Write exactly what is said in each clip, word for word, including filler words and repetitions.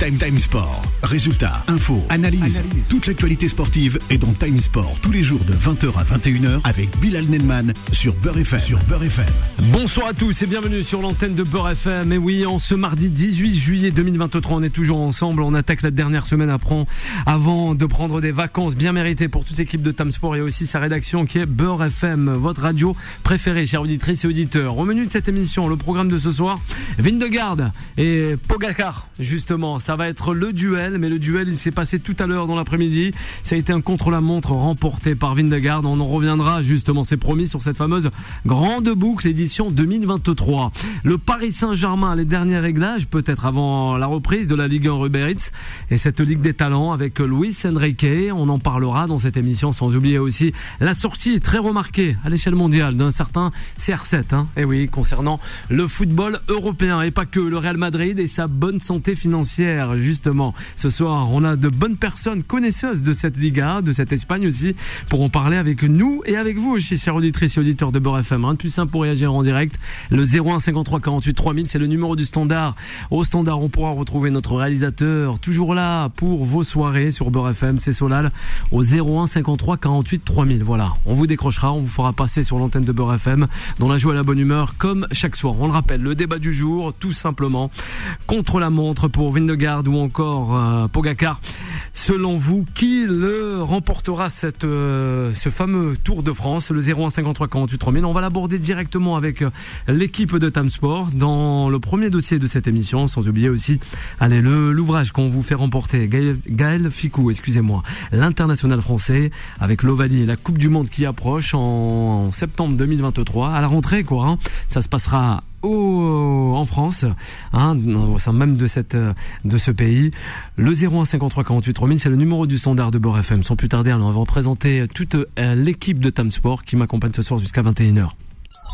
Time Time Sport. Résultats, infos, analyse. analyse. Toute l'actualité sportive est dans Time Sport tous les jours de vingt heures à vingt et une heures avec Bilal Nelman sur Beurre F M. Sur Beurre F M. Bonsoir à tous et bienvenue sur l'antenne de Beurre F M. Et oui, en ce mardi dix-huit juillet deux mille vingt-trois, on est toujours ensemble. On attaque la dernière semaine après, avant de prendre des vacances bien méritées pour toute l'équipe de Time Sport et aussi sa rédaction qui est Beurre F M, votre radio préférée, chères auditrices et auditeurs. Au menu de cette émission, le programme de ce soir, Vingegaard et Pogacar, justement. Ça va être le duel, mais le duel, il s'est passé tout à l'heure dans l'après-midi. Ça a été un contre-la-montre remporté par Vingegaard. On en reviendra justement, c'est promis, sur cette fameuse grande boucle édition deux mille vingt-trois. Le Paris Saint-Germain, les derniers réglages, peut-être avant la reprise de la Ligue un Uber Eats et cette Ligue des Talents avec Luis Enrique. On en parlera dans cette émission, sans oublier aussi la sortie très remarquée à l'échelle mondiale d'un certain C R sept. Hein. Et oui, concernant le football européen et pas que, le Real Madrid et sa bonne santé financière. Justement, ce soir, on a de bonnes personnes connaisseuses de cette Liga, de cette Espagne aussi, pour en parler avec nous et avec vous aussi, chers auditrices et auditeurs de Beurre F M. Rien de plus simple pour réagir en direct. Le zéro un cinquante-trois quarante-huit trois mille, c'est le numéro du standard. Au standard, on pourra retrouver notre réalisateur, toujours là pour vos soirées sur Beurre F M, c'est Solal, au zéro un cinquante-trois quarante-huit trois mille. Voilà, on vous décrochera, on vous fera passer sur l'antenne de Beurre F M, dans la joie et la bonne humeur, comme chaque soir. On le rappelle, le débat du jour, tout simplement, contre la montre pour Vingegaard ou encore euh, Pogacar. Selon vous, qui le remportera cette, euh, ce fameux Tour de France, le zéro un cinquante-trois quarante-huit trois mille? On va l'aborder directement avec euh, l'équipe de Time Sport dans le premier dossier de cette émission, sans oublier aussi allez, le, l'ouvrage qu'on vous fait remporter, Gaël, Gaël Ficou, excusez-moi, l'international français, avec l'Ovalie et la Coupe du Monde qui approche en, en septembre deux mille vingt-trois, à la rentrée quoi, hein. Ça se passera Au, en France, hein, au sein même de cette, de ce pays. Le zéro un cinquante-trois quarante-huit trois mille, c'est le numéro du standard de Beurre F M. Sans plus tarder, on va vous présenter toute euh, l'équipe de Time Sport qui m'accompagne ce soir jusqu'à vingt et une heures.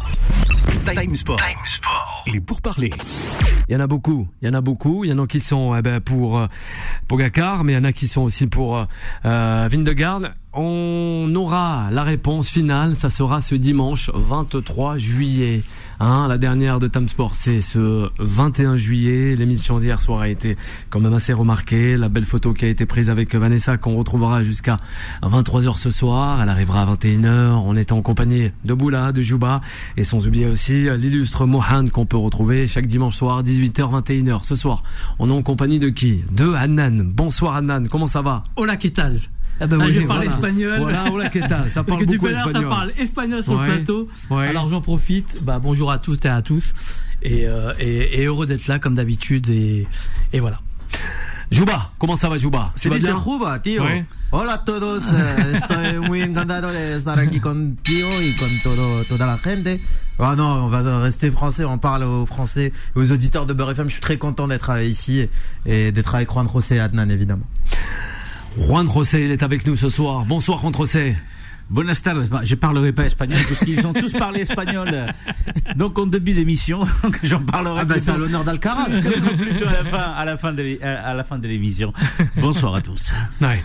Time Sport. Time Sport. Il est pour parler. Il y en a beaucoup, il y en a beaucoup. Il y en a qui sont eh ben, pour euh, Pogacar, mais il y en a qui sont aussi pour euh, Vingegaard. On aura la réponse finale, ça sera ce dimanche vingt-trois juillet. Hein, la dernière de Time Sport, c'est ce vingt et un juillet. L'émission d'hier soir a été quand même assez remarquée. La belle photo qui a été prise avec Vanessa, qu'on retrouvera jusqu'à vingt-trois heures ce soir. Elle arrivera à vingt et une heures. On est en compagnie de Boula, de Jouba. Et sans oublier aussi l'illustre Mohan qu'on peut retrouver chaque dimanche soir, dix-huit heures, vingt et une heures. Ce soir, on est en compagnie de qui? De Hanan. Bonsoir Hanan, comment ça va? Hola, ¿qué tal? Ah ben ah, oui, je parle voilà. espagnol. Voilà, hola, ¿qué tal? Ça parle beaucoup espagnol. Ça parle espagnol sur ouais, le plateau. Ouais. Alors j'en profite. Bah bonjour à tous et à tous. Et, euh, et, et heureux d'être là comme d'habitude. Et, et voilà. Jouba, comment ça va Jouba? Se dice Juba, tío. Ouais. Hola a todos, estoy muy encantado de estar aquí contigo y con todo, toda la gente. Ah non, on va rester français, on parle aux Français et aux auditeurs de Beurre F M. Je suis très content d'être ici et, et d'être avec Juan José et Adnan, évidemment. Juan José, il est avec nous ce soir. Bonsoir Juan José. Buenas tardes. Je parlerai pas espagnol parce qu'ils ont tous parlé espagnol. Donc en début d'émission, j'en parlerai. Ah bah c'est à l'honneur d'Alcaraz. Plutôt à la fin, à la fin de, à la fin de l'émission. Bonsoir à tous. Ouais.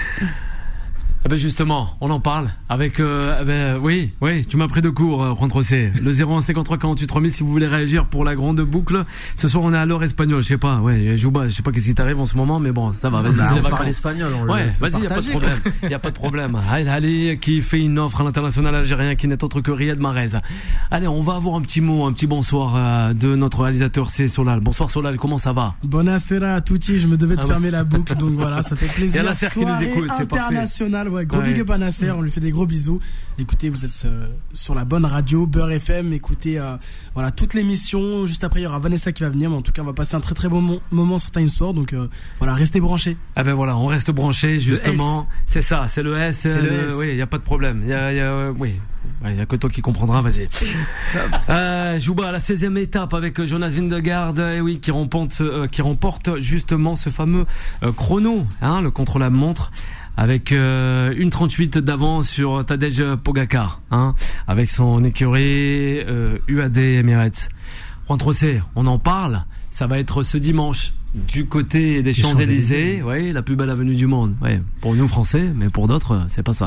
Eh ben justement, on en parle avec euh, eh ben oui, oui, tu m'as pris de court, Juan José. Le zéro un cinquante-trois quarante-huit trois mille si vous voulez réagir pour la grande boucle. Ce soir on est à l'heure espagnole, je sais pas, ouais, Jouba, je sais pas qu'est-ce qui t'arrive en ce moment, mais bon, ça va, vas-y, bah, c'est les on vacances. parle espagnol, on ouais, le vas-y, y a pas de problème, y a pas de problème. Allez, allez, qui fait une offre à l'international algérien qui n'est autre que Riyad Mahrez. Allez, on va avoir un petit mot, un petit bonsoir euh, de notre réalisateur, c'est Solal. Bonsoir Solal, comment ça va? Buonasera a tutti, je me devais de ah fermer ouais. la boucle, donc voilà, ça fait plaisir. Il y a la serre qui nous écoute, c'est parfait. International, ouais, gros ouais. big up à Nasser, on lui fait des gros bisous. Écoutez, vous êtes euh, sur la bonne radio, Beurre F M. Écoutez, euh, voilà, toute l'émission. Juste après, il y aura Vanessa qui va venir. Mais en tout cas, on va passer un très très bon moment, moment sur Time Sport. Donc euh, voilà, restez branchés. Ah ben voilà, on reste branchés justement. C'est ça, c'est le S. C'est euh, le le, S. Oui, il y a pas de problème. Il y a, y a euh, oui. Il ouais, n'y a que toi qui comprendras, vas-y. euh, Jouba, la seizième étape avec Jonas Vingegaard, eh oui, qui remporte, euh, qui remporte justement ce fameux euh, chrono, hein, le contre-la-montre. Avec euh, une trente-huit d'avance sur Tadej Pogacar, hein, avec son écurie euh, U A D Emirates. Juan José, on en parle. ça va être ce dimanche du côté des Champs-Élysées, oui, la plus belle avenue du monde. Ouais, pour nous Français, mais pour d'autres, c'est pas ça.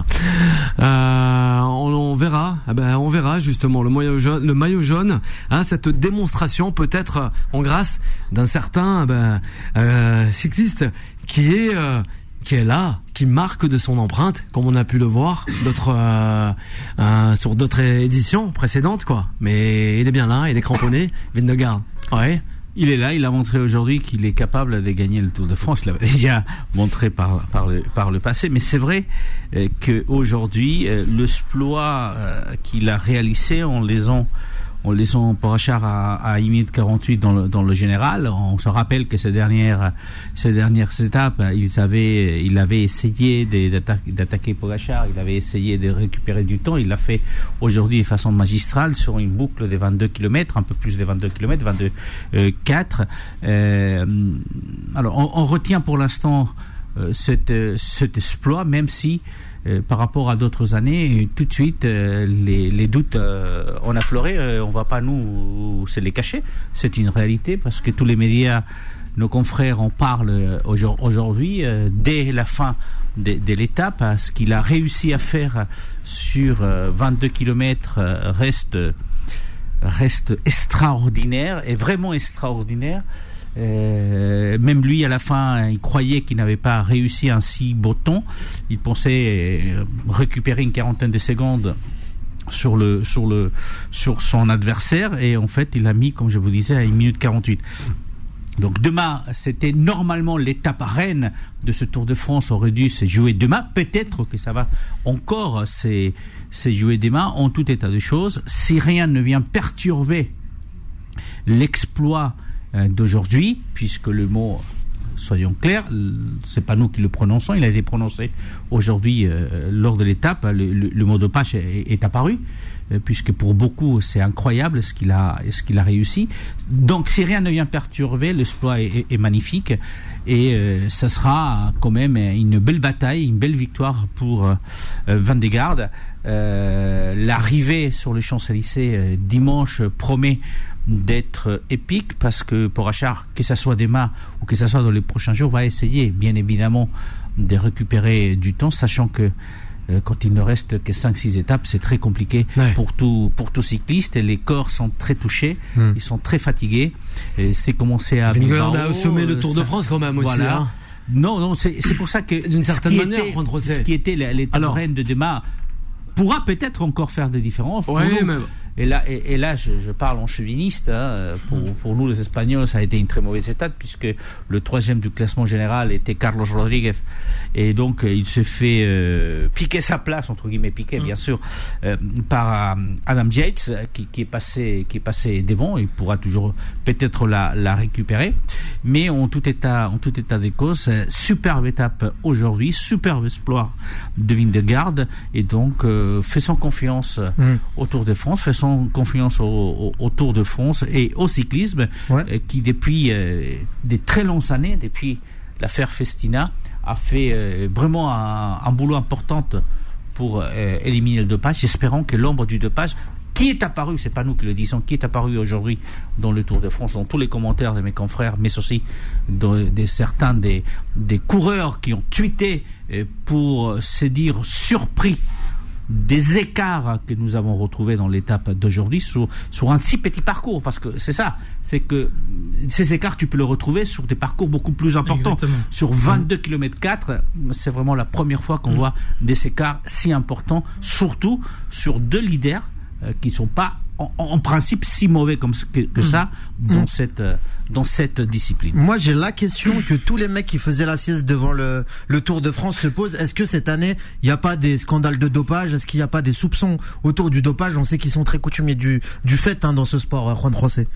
Euh, on, on verra, eh ben, on verra justement le maillot jaune, le maillot jaune, hein, cette démonstration peut-être en grâce d'un certain ben, euh, cycliste qui est euh, qui est là, qui marque de son empreinte, comme on a pu le voir d'autres, euh, euh, sur d'autres éditions précédentes, quoi. Mais il est bien là, il est cramponné, Vingegaard. Ouais. Il est là, il a montré aujourd'hui qu'il est capable de gagner le Tour de France. Il l'avait déjà montré par, par, le, par le passé. Mais c'est vrai euh, qu'aujourd'hui, euh, l'exploit euh, qu'il a réalisé en laissant, en laissant Pogačar à, à une minute quarante-huit dans le, dans le général, on se rappelle que ces dernières, ces dernières étapes, ils avaient, il avait essayé d'attaquer, d'attaquer Pogačar, il avait essayé de récupérer du temps. Il l'a fait aujourd'hui de façon magistrale sur une boucle de vingt-deux kilomètres, un peu plus de vingt-deux kilomètres, vingt-deux virgule quatre. Euh, alors, on, on retient pour l'instant euh, cet, cet exploit, même si Euh, par rapport à d'autres années, tout de suite, euh, les, les doutes euh, ont affleuré. Euh, on ne va pas nous se les cacher. C'est une réalité parce que tous les médias, nos confrères en parlent aujourd'hui. Euh, dès la fin de, de l'étape, ce qu'il a réussi à faire sur euh, vingt-deux kilomètres euh, reste, reste extraordinaire, et vraiment extraordinaire. Euh, même lui, à la fin, il croyait qu'il n'avait pas réussi un si beau temps. Il pensait récupérer une quarantaine de secondes sur le sur le sur son adversaire, et en fait, il a mis, comme je vous disais, à une minute quarante-huit. Donc demain, c'était normalement l'étape reine de ce Tour de France, aurait dû se jouer demain. Peut-être que ça va encore se, se jouer demain. En tout état de choses, si rien ne vient perturber l'exploit d'aujourd'hui, puisque le mot, soyons clairs, c'est pas nous qui le prononçons, il a été prononcé aujourd'hui euh, lors de l'étape. Le, le, le mot dopage est, est apparu, euh, puisque pour beaucoup c'est incroyable ce qu'il a, ce qu'il a réussi. Donc si rien ne vient perturber, l'exploit est, est, est magnifique, et euh, ça sera quand même une belle bataille, une belle victoire pour euh, Vingegaard. Euh, l'arrivée sur les Champs-Élysées euh, dimanche promet d'être épique, parce que Pogačar, que ça soit demain ou que ça soit dans les prochains jours, va essayer bien évidemment de récupérer du temps, sachant que euh, quand il ne reste que cinq six étapes, c'est très compliqué ouais. pour tout pour tout cycliste, et les corps sont très touchés, mm. ils sont très fatigués, et c'est commencé à Bilbao, a assommé le Tour ça, de France quand même aussi, voilà. hein. non non c'est c'est pour ça que d'une certaine ce manière était, ce qui était l'étape reine de demain pourra peut-être encore faire des différences. Ouais, pour nous. Même. Et là, et, et là je, je parle en chauviniste. Hein, pour, pour nous, les Espagnols, ça a été une très mauvaise étape, puisque le troisième du classement général était Carlos Rodriguez. Et donc, il se fait euh, piquer sa place, entre guillemets, piquer, bien sûr, euh, par euh, Adam Yates, qui, qui, est passé, qui est passé devant. Il pourra toujours peut-être la, la récupérer. Mais en tout état, en tout état des causes, superbe étape aujourd'hui, superbe exploit de Vingegaard. Et donc, euh, faisons confiance mm. au Tour de France, faisons confiance au, au, au Tour de France et au cyclisme, ouais. euh, qui depuis euh, des très longues années, depuis l'affaire Festina, a fait euh, vraiment un, un boulot important pour euh, éliminer le dopage, espérant que l'ombre du dopage qui est apparu, c'est pas nous qui le disons, qui est apparu aujourd'hui dans le Tour de France, dans tous les commentaires de mes confrères, mais aussi de, de certains des, des coureurs qui ont tweeté euh, pour se dire surpris des écarts que nous avons retrouvés dans l'étape d'aujourd'hui sur, sur un si petit parcours, parce que c'est ça, c'est que ces écarts, tu peux les retrouver sur des parcours beaucoup plus importants. Exactement. Sur vingt-deux kilomètres quatre, c'est vraiment la première fois qu'on mmh. voit des écarts si importants, surtout sur deux leaders euh, qui ne sont pas en, en principe si mauvais comme que, que mmh. ça dans, mmh. cette, euh, dans cette discipline. Moi, j'ai la question que tous les mecs qui faisaient la sieste devant le, le Tour de France se posent. Est-ce que cette année, il n'y a pas des scandales de dopage? Est-ce qu'il n'y a pas des soupçons autour du dopage? On sait qu'ils sont très coutumiers du, du fait hein, dans ce sport, Juan José.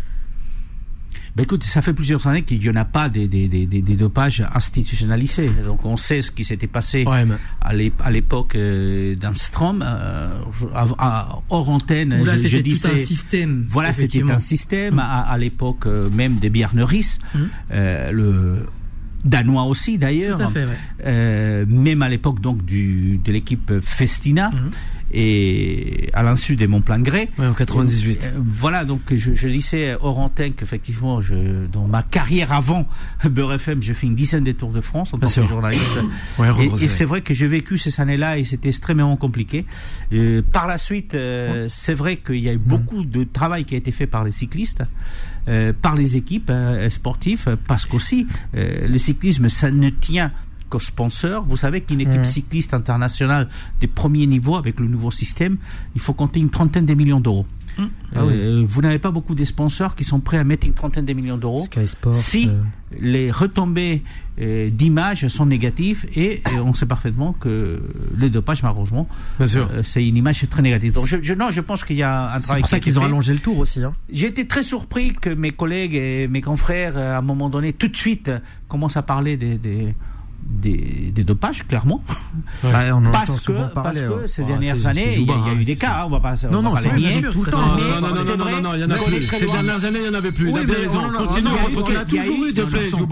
Ben écoute, ça fait plusieurs années qu'il n'y en a pas des, des, des, des, des dopages institutionnalisés. Donc on sait ce qui s'était passé ouais, mais... à l'époque euh, d'Armstrong, euh, à, à, hors antenne. Là, je, c'était je tout disais, un système. Voilà, c'était un système. Mmh. À, à l'époque euh, même de Bjarne Riis, mmh. euh, le danois aussi d'ailleurs. Tout à fait, ouais. euh, même à l'époque donc du de l'équipe Festina. Mmh. et à l'insu de mon plein gré. Ouais, en quatre-vingt-dix-huit. Euh, voilà, donc je, je disais hors antenne qu'effectivement, je, dans ma carrière avant Beurre F M, j'ai fait une dizaine de Tours de France en tant que journaliste. Ouais, et, et c'est vrai que j'ai vécu ces années-là et c'était extrêmement compliqué. Euh, par la suite, euh, ouais. c'est vrai qu'il y a eu beaucoup de travail qui a été fait par les cyclistes, euh, par les équipes euh, sportives, parce qu'aussi euh, le cyclisme, ça ne tient qu'aux sponsors. Vous savez qu'une équipe mmh. cycliste internationale des premiers niveaux avec le nouveau système, il faut compter une trentaine de millions d'euros. Mmh. Euh, ah oui. Vous n'avez pas beaucoup de sponsors qui sont prêts à mettre une trentaine de millions d'euros Sky Sports, si euh... les retombées euh, d'image sont négatives et, et on sait parfaitement que le dopage, malheureusement, euh, c'est une image très négative. Donc je, je, non, je pense qu'il y a un travail. C'est pour ça qu'ils ont allongé le tour aussi. Hein. J'ai été très surpris que mes collègues et mes confrères, à un moment donné, tout de suite, commencent à parler des, des Des, des dopages, clairement. Ouais. Bah, on en parce que, parler, parce que ouais. ces ah, dernières c'est, années, il y, y a eu des cas, hein, on va pas, non, on non, va pas les nier. Tout le temps. Non, non, non, non, non, non, il y en a plus. Ces dernières années, il y en avait plus. Il a bien raison. Continue, on a toujours eu des soupçons.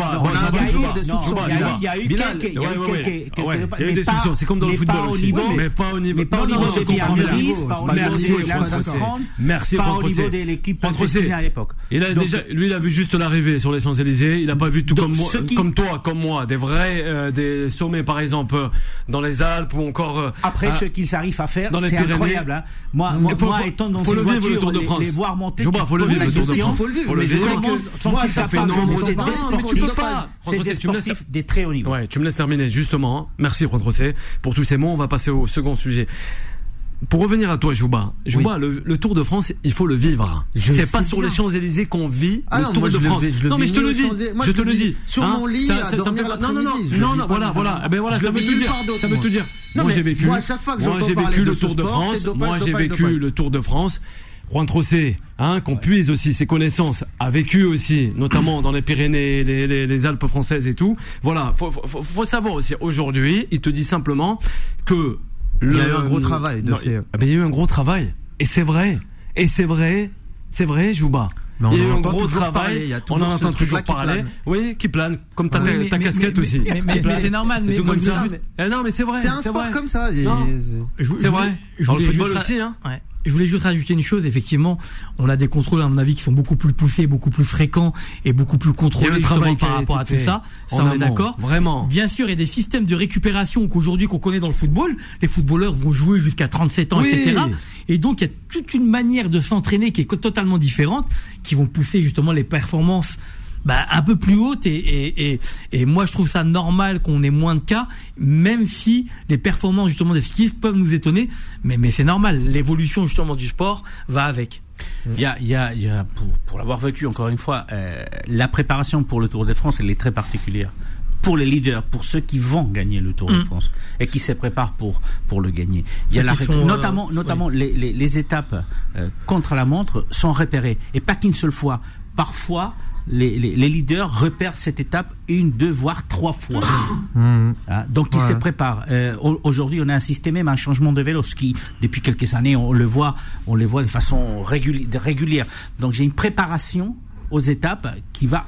Il y a eu quelques, il y a eu quelques, il y a eu des soupçons. C'est comme dans le football aussi. Mais pas au niveau, mais pas au niveau des Biarritz, pas au niveau de la Sainte-Grande, merci, pas au niveau de l'équipe professionnelle à l'époque. Il a déjà, lui, il a vu juste l'arrivée sur les Champs-Élysées. Il n'a pas vu tout comme moi, comme toi, comme moi, des vrais, des sommets, par exemple, dans les Alpes ou encore. Après, ce qu'ils arrivent à faire, c'est incroyable. Hein. Moi, moi, faut, moi faut, étant dans faut une le vivre, voiture, le Tour de France. Les, les voir monter, Joba, faut le vivre, le Tour de France. Faut le vivre. Faut le vivre. Moi, ça fait non, c'est des sportifs. C'est des sportifs des très hauts niveaux. Ouais, tu me laisses terminer, justement. Merci, Juan José, pour tous ces mots. On va passer au second sujet. Pour revenir à toi, Jouba, Jouba, oui. le, le Tour de France, il faut le vivre. Je c'est pas sur bien. les Champs-Élysées qu'on vit ah le non, Tour moi, de France. Le, je le non, mais je te le dis. Moi, je te le dis. Sur hein, mon lit, ça, à ça, dormir ça non, non, non, non, non, voilà, voilà. Ben voilà, ça veut tout dire. Ça veut tout dire. Moi, j'ai vécu. Moi, chaque fois que j'ai vécu le Tour de France. Moi, j'ai vécu le Tour de France. Juan José, hein, qu'on puise aussi ses connaissances, a vécu aussi, notamment dans les Pyrénées, les, les, les Alpes françaises et tout. Voilà, faut, faut, faut savoir aussi. Aujourd'hui, il te dit simplement que le, il y a eu un gros travail de non, fait. Il y a eu un gros travail, et c'est vrai, et c'est vrai, c'est vrai, Jouba. Mais il y a eu un gros travail, on en entend toujours parler. Oui, qui plane, comme ta, oui, ta mais, casquette mais, aussi. Mais, mais, mais c'est normal, c'est mais tout moi, comme ça. Juste... Eh non, mais c'est vrai. C'est un c'est sport vrai. comme ça. C'est vrai. Dans le football aussi, hein. Ouais. Je voulais juste rajouter une chose, effectivement, on a des contrôles à mon avis qui sont beaucoup plus poussés, beaucoup plus fréquents et beaucoup plus contrôlés justement par rapport à tout ça. Ça on est d'accord. Vraiment. Bien sûr, il y a des systèmes de récupération qu'aujourd'hui qu'on connaît dans le football. Les footballeurs vont jouer jusqu'à trente-sept ans, oui. et cetera. Et donc il y a toute une manière de s'entraîner qui est totalement différente, qui vont pousser justement les performances bah, un peu plus haute et, et, et, et moi je trouve ça normal qu'on ait moins de cas, même si les performances justement des cyclistes peuvent nous étonner, mais, mais c'est normal, l'évolution justement du sport va avec. Il y a, il y a, il y a pour, pour l'avoir vécu encore une fois, euh, la préparation pour le Tour de France elle est très particulière. Pour les leaders, pour ceux qui vont gagner le Tour mmh. de France et qui se préparent pour pour le gagner. Il y a la ré... sont, notamment euh, notamment oui. les, les les étapes euh, contre la montre sont repérées et pas qu'une seule fois. Parfois Les, les, les leaders repèrent cette étape une, deux, voire trois fois. Mmh. Hein, donc, ils ouais. se préparent. Euh, aujourd'hui, on a assisté même à un changement de vélo, ce qui, depuis quelques années, on le voit, on le voit de façon réguli- régulière. Donc, j'ai une préparation aux étapes qui va.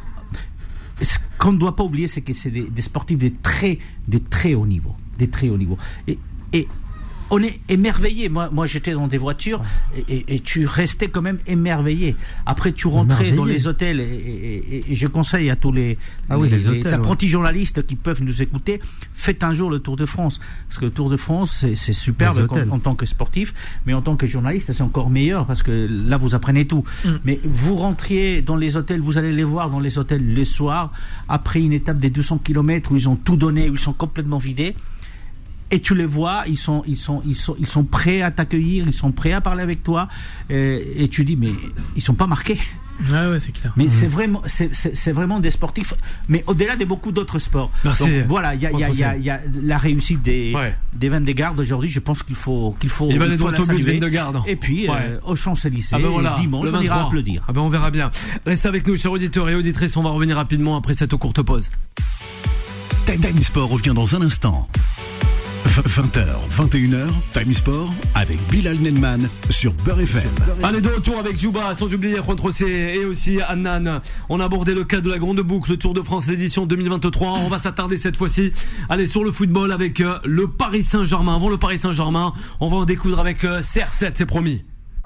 Ce qu'on ne doit pas oublier, c'est que c'est des, des sportifs de très, de très haut niveau, des très haut niveau. Et, et on est émerveillé. Moi, moi, j'étais dans des voitures et, et, et tu restais quand même émerveillé. Après, tu rentrais dans les hôtels et, et, et, et je conseille à tous les, ah oui, les, les, hôtels, les apprentis ouais. journalistes qui peuvent nous écouter, faites un jour le Tour de France. Parce que le Tour de France, c'est, c'est superbe en, en tant que sportif, mais en tant que journaliste, c'est encore meilleur parce que là, vous apprenez tout. Mm. Mais vous rentriez dans les hôtels, vous allez les voir dans les hôtels le soir, après une étape des deux cents kilomètres où ils ont tout donné, où ils sont complètement vidés. Et tu les vois, ils sont, ils sont, ils sont, ils sont prêts à t'accueillir, ils sont prêts à parler avec toi, et, et tu dis mais ils sont pas marqués. Ouais, ouais, c'est clair. Mais mmh. c'est vraiment, c'est, c'est, c'est vraiment des sportifs, mais au-delà de beaucoup d'autres sports. Merci. Donc voilà, il y a, il y a, il y a, il y a la réussite des, ouais. des Vingegaard aujourd'hui. Je pense qu'il faut, qu'il faut. Il va aller dans l'autobus Vingegaard. Et puis ouais. euh, aux Champs-Élysées, ah ben voilà, dimanche, on ira applaudir. Ah ben on verra bien. Restez avec nous, chers auditeurs et auditrices. On va revenir rapidement après cette courte pause. Time Sport revient dans un instant. vingt heures, vingt et une heures, Time Sport avec Bilal Nenman sur Beurre F M. Allez, de retour avec Djouba, sans oublier Juan Trocé et aussi Annan. On a abordé le cas de la Grande Boucle, le Tour de France, l'édition deux mille vingt-trois. On va s'attarder cette fois-ci, allez, sur le football avec euh, le Paris Saint-Germain. Avant le Paris Saint-Germain, on va en découdre avec euh, C R sept, c'est promis.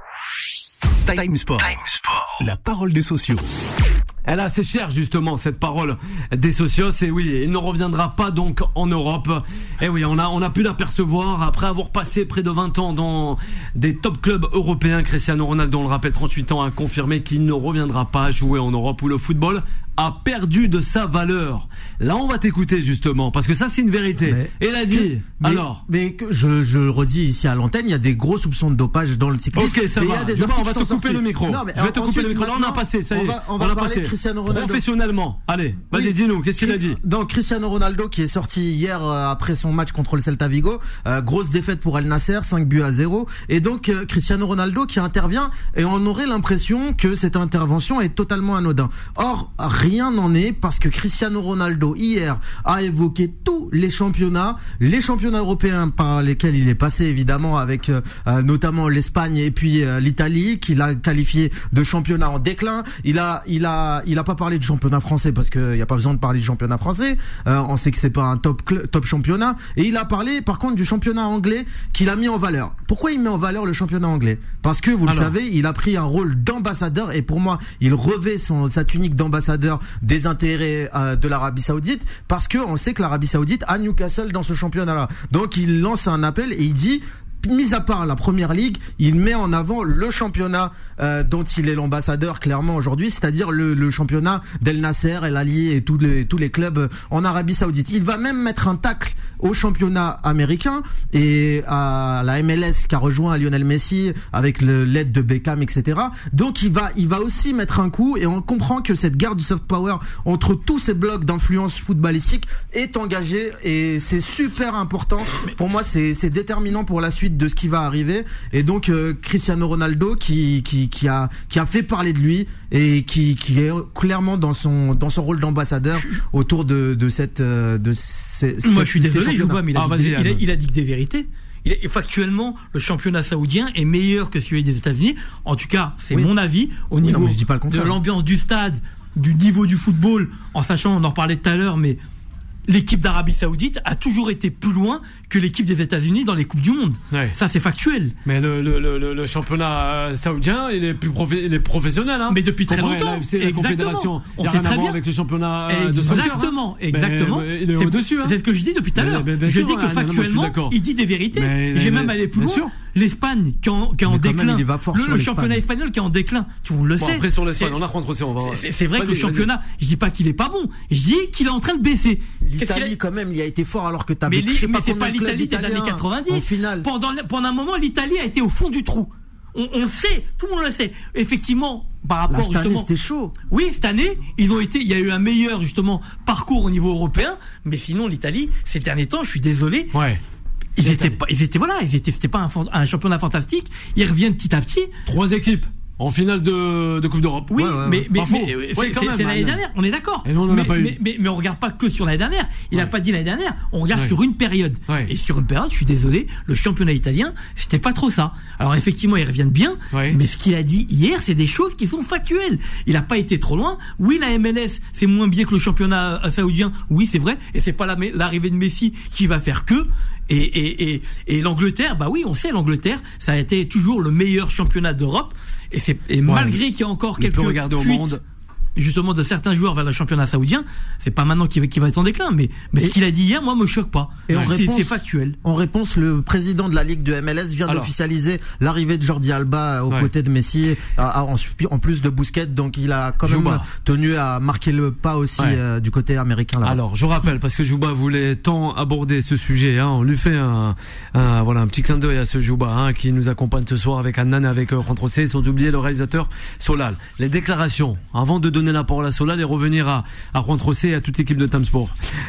Time Sport, la parole des sociaux. Elle est assez chère justement cette parole des socios, et oui, il ne reviendra pas donc en Europe. Et oui, on a on a pu l'apercevoir après avoir passé près de vingt ans dans des top clubs européens. Cristiano Ronaldo, on le rappelle, trente-huit ans, a confirmé qu'il ne reviendra pas jouer en Europe où le football a perdu de sa valeur. Là, on va t'écouter justement, parce que ça, c'est une vérité. Mais, et il a dit. Mais, alors. Mais que je, je le redis ici à l'antenne, il y a des gros soupçons de dopage dans le cyclisme. Ok, ça va. Il y a des on va te couper sortis. le micro. Non, mais je vais te couper le micro. Là, on a passé. Ça y est. On va, on va on a passé. Cristiano Ronaldo. Professionnellement. Allez, vas-y, oui. Dis-nous. Qu'est-ce qu'il a dit? Donc, Cristiano Ronaldo, qui est sorti hier euh, après son match contre le Celta Vigo. Euh, grosse défaite pour Al Nasser, cinq buts à zéro. Et donc, euh, Cristiano Ronaldo qui intervient, et on aurait l'impression que cette intervention est totalement anodin. Or, rien n'en est, parce que Cristiano Ronaldo hier a évoqué tous les championnats, les championnats européens par lesquels il est passé évidemment, avec euh, notamment l'Espagne et puis euh, l'Italie, qu'il a qualifié de championnat en déclin. Il a, il a, il a pas parlé du championnat français parce qu'il y a pas besoin de parler du championnat français. Euh, on sait que c'est pas un top top championnat. Et il a parlé par contre du championnat anglais qu'il a mis en valeur. Pourquoi il met en valeur le championnat anglais? Parce que vous Alors. le savez, il a pris un rôle d'ambassadeur, et pour moi, il revêt son sa tunique d'ambassadeur des intérêts de l'Arabie Saoudite, parce que on sait que l'Arabie Saoudite a Newcastle dans ce championnat-là. Donc il lance un appel et il dit, mis à part la première ligue, il met en avant le championnat euh, dont il est l'ambassadeur clairement aujourd'hui, c'est-à-dire le, le championnat d'El Nasser, El Ahly et tous les tous les clubs en Arabie Saoudite. Il va même mettre un tacle au championnat américain et à la M L S qui a rejoint Lionel Messi avec le, l'aide de Beckham, et cetera. Donc il va il va aussi mettre un coup, et on comprend que cette guerre du soft power entre tous ces blocs d'influence footballistique est engagée, et c'est super important. Pour moi, c'est c'est déterminant pour la suite de ce qui va arriver. Et donc euh, Cristiano Ronaldo qui qui qui a qui a fait parler de lui, et qui qui est clairement dans son dans son rôle d'ambassadeur autour de de cette de ces, moi je suis désolé Jouba, mais il a, ah, dit, des, il, a, il a dit que des vérités. Il est, factuellement, le championnat saoudien est meilleur que celui des États-Unis. En tout cas, c'est oui. mon avis au oui, niveau non, je dis pas le de l'ambiance du stade, du niveau du football, en sachant, on en reparlait tout à l'heure, mais l'équipe d'Arabie Saoudite a toujours été plus loin que l'équipe des États-Unis dans les coupes du monde. Ouais. Ça, c'est factuel. Mais le, le, le, le championnat saoudien, il est plus profi- il est professionnel, hein. Mais depuis très longtemps. La F C, la Confédération. On il y a sait rien très bien avec le championnat exactement, de soccer. Exactement, exactement. Mais, mais, il est c'est, au-dessus, hein. C'est ce que je dis depuis tout à l'heure. Mais, mais, je sûr, dis que factuellement, non, non, il dit des vérités. Mais, J'ai mais, même allé plus loin. Sûr. L'Espagne qui est en, qui est en déclin. Même, le le championnat espagnol qui est en déclin. Tout le monde le bon, sait. Après sur l'Espagne, on a rentré aussi. On va. C'est, c'est vrai que le championnat, je dis pas qu'il est pas bon. Je dis qu'il est en train de baisser. L'Italie quand même, il a été fort alors que t'as. Mais c'est pas l'Italie des années quatre-vingt-dix. Pendant pendant un moment, l'Italie a été au fond du trou. On, on le sait, tout le monde le sait. Effectivement, par rapport Là, cette justement. Année, c'était chaud. Oui, cette année, ils ont été. Il y a eu un meilleur justement parcours au niveau européen, mais sinon l'Italie, ces derniers temps, je suis désolé. Ouais. Ils étaient pas, ils étaient voilà, ils étaient, c'était pas un, un championnat fantastique. Ils reviennent petit à petit. Trois équipes en finale de, de Coupe d'Europe. Oui, ouais, ouais, mais, mais, mais, mais c'est, ouais, c'est, c'est l'année dernière, on est d'accord. Et non, on en mais, a pas eu. Mais, mais, mais on regarde pas que sur l'année dernière. Il ouais. a pas dit l'année dernière. On regarde ouais. sur une période. Ouais. Et sur une période, je suis désolé, le championnat italien, c'était pas trop ça. Alors effectivement, ils reviennent bien. Ouais. Mais ce qu'il a dit hier, c'est des choses qui sont factuelles. Il a pas été trop loin. Oui, la M L S, c'est moins bien que le championnat saoudien. Oui, c'est vrai. Et c'est pas la, l'arrivée de Messi qui va faire que. Et, et, et, et l'Angleterre, bah oui, on sait, l'Angleterre, ça a été toujours le meilleur championnat d'Europe. Et, c'est, et ouais. malgré qu'il y a encore quelques fuites, au monde. justement, de certains joueurs vers le championnat saoudien, c'est pas maintenant qu'il va, qu'il va être en déclin. Mais, mais ce qu'il a dit hier, moi, me choque pas. Et en c'est, réponse, c'est factuel. En réponse, le président de la Ligue de M L S vient Alors. d'officialiser l'arrivée de Jordi Alba aux ouais. côtés de Messi, à, à, en, en plus de Busquets. Donc, il a quand même Jouba. tenu à marquer le pas aussi ouais. euh, du côté américain. Là-bas. Alors, je rappelle, parce que Jouba voulait tant aborder ce sujet, hein, on lui fait un, un, voilà, un petit clin d'œil à ce Jouba hein, qui nous accompagne ce soir avec Annan et avec euh, Juan Trocé, sans oublier le réalisateur Solal. Les déclarations, avant de donner la parole à Solal et revenir à, à Juan Trocé et à toute l'équipe de Time Sport.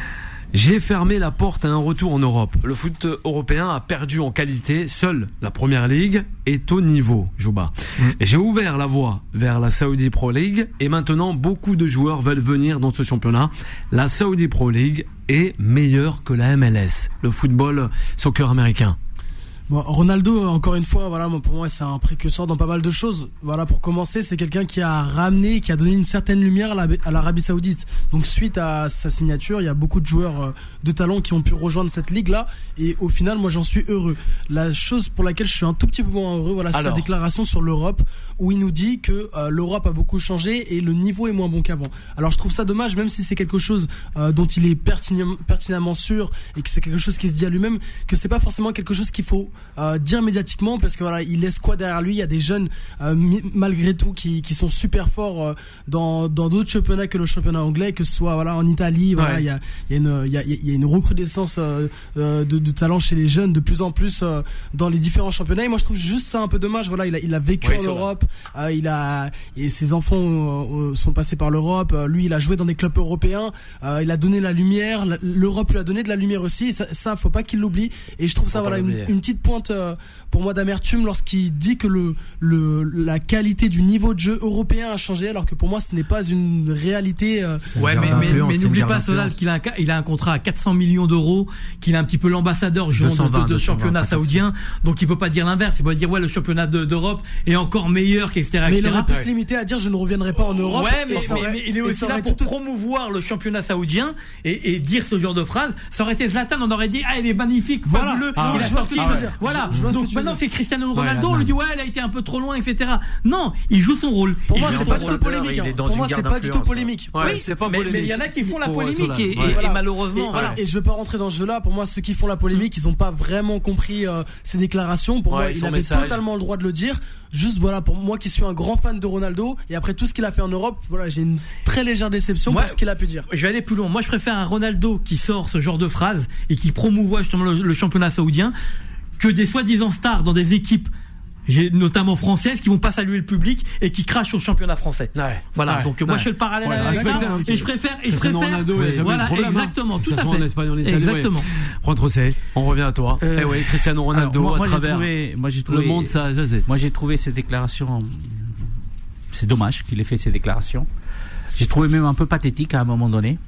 J'ai fermé la porte à un retour en Europe. Le foot européen a perdu en qualité. Seule la Première Ligue est au niveau, Jouba. Mmh. Et j'ai ouvert la voie vers la Saudi Pro League et maintenant beaucoup de joueurs veulent venir dans ce championnat. La Saudi Pro League est meilleure que la M L S, le football soccer américain. Bon, Ronaldo, encore une fois, voilà, pour moi, c'est un précurseur dans pas mal de choses. Voilà, pour commencer, c'est quelqu'un qui a ramené, qui a donné une certaine lumière à l'Arabie Saoudite. Donc, suite à sa signature, il y a beaucoup de joueurs de talent qui ont pu rejoindre cette ligue-là. Et au final, moi, j'en suis heureux. La chose pour laquelle je suis un tout petit peu moins heureux, voilà, c'est sa déclaration sur l'Europe, où il nous dit que euh, l'Europe a beaucoup changé et le niveau est moins bon qu'avant. Alors, je trouve ça dommage, même si c'est quelque chose euh, dont il est pertinemment, pertinemment sûr et que c'est quelque chose qui se dit à lui-même, que c'est pas forcément quelque chose qu'il faut Euh, dire médiatiquement, parce que voilà, il laisse quoi derrière lui. Il y a des jeunes euh, mi- malgré tout qui, qui sont super forts euh, dans dans d'autres championnats que le championnat anglais, que ce soit voilà en Italie. Voilà, ouais. il y a il y a une il y a, il y a une recrudescence euh, euh, de, de talent chez les jeunes de plus en plus euh, dans les différents championnats. Et moi je trouve juste ça un peu dommage. Voilà, il a il a vécu ouais, en Europe, euh, il a et ses enfants euh, sont passés par l'Europe. Euh, lui, il a joué dans des clubs européens. Euh, il a donné la lumière. L'Europe lui a donné de la lumière aussi. Et ça, ça faut pas qu'il l'oublie. Et je trouve ça voilà une, une petite pointe pour moi d'amertume lorsqu'il dit que le, le la qualité du niveau de jeu européen a changé, alors que pour moi ce n'est pas une réalité. Euh, ouais, mais, mais, mais n'oublie pas Solal qu'il a un, il a un contrat à quatre cents millions d'euros, qu'il est un petit peu l'ambassadeur de, de, de championnat saoudien, donc il peut pas dire l'inverse. Il peut dire ouais, le championnat de, d'Europe est encore meilleur qu'et cetera. Mais il aurait pu se limiter à dire je ne reviendrai pas en Europe. Ouais, mais, mais, mais, mais il est aussi là pour tout promouvoir le championnat saoudien et, et dire ce genre de phrase. Ça aurait été Zlatan, on aurait dit ah il est magnifique, voilà. fabuleux. Ah, il a sorti. Voilà. Donc maintenant c'est Cristiano Ronaldo, ouais, on lui dit ouais, elle a été un peu trop loin, et cetera. Non, il joue son rôle. Pour moi, c'est pas du tout polémique. Pour moi, c'est pas du tout polémique. Oui, c'est pas polémique. Mais il y en a qui font la polémique et, et, et malheureusement. Et, voilà. Et je veux pas rentrer dans ce jeu-là. Pour moi, ceux qui font la polémique, ils ont pas vraiment compris euh, ses déclarations. Pour ouais, moi, il avait message. totalement le droit de le dire. Juste voilà, pour moi qui suis un grand fan de Ronaldo et après tout ce qu'il a fait en Europe, voilà, j'ai une très légère déception moi, pour ce qu'il a pu dire. Je vais aller plus loin. Moi, je préfère un Ronaldo qui sort ce genre de phrase et qui promouvoit justement le, le championnat saoudien que des soi-disant stars dans des équipes, notamment françaises, qui vont pas saluer le public et qui crachent sur le championnat français. Ouais, voilà. Ouais, donc ouais. moi je fais le parallèle ouais, avec ça et je préfère et je préfère Ronaldo, ouais, voilà problème, exactement hein. tout à fait. En Espagne, en Italie, exactement. Juan Trocé, on revient à toi. Euh, eh oui, Cristiano Ronaldo alors, moi, moi, à travers trouvé, moi, j'ai trouvé, le monde ça jasé. Moi j'ai trouvé ces déclarations, c'est dommage qu'il ait fait ces déclarations. J'ai trouvé même un peu pathétique à un moment donné.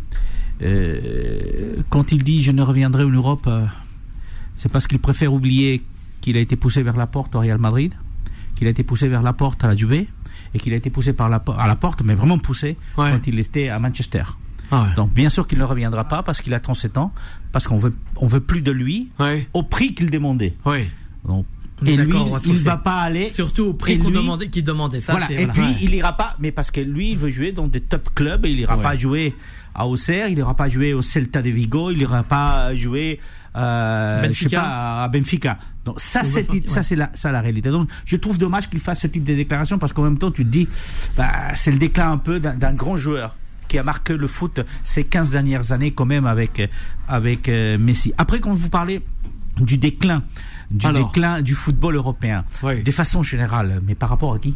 Euh, quand il dit je ne reviendrai en Europe, euh, c'est parce qu'il préfère oublier qu'il a été poussé vers la porte au Real Madrid, qu'il a été poussé vers la porte à la Juve et qu'il a été poussé par la, à la porte, mais vraiment poussé ouais. quand il était à Manchester. Ah ouais. Donc bien sûr qu'il ne reviendra pas parce qu'il a trente-sept ans, parce qu'on veut, on veut plus de lui ouais. au prix qu'il demandait. Ouais. Donc, et lui, il ne va pas aller. Surtout au prix qu'on demandait, qu'il demandait. Ça, voilà. c'est, et voilà. puis ouais. il ira pas, mais parce que lui, il veut jouer dans des top clubs et il ira ouais. pas jouer à Auxerre, il ira pas jouer au Celta de Vigo, il ira pas jouer euh, je sais pas, à Benfica. Donc ça, c'est, sortir, ça ouais. c'est la, ça la réalité. Donc je trouve dommage qu'il fasse ce type de déclaration parce qu'en même temps, tu te dis, bah, c'est le déclin un peu d'un, d'un grand joueur qui a marqué le foot ces quinze dernières années quand même avec avec euh, Messi. Après, quand vous parlez du déclin, du Alors, déclin du football européen, oui. de façon générale, mais par rapport à qui ?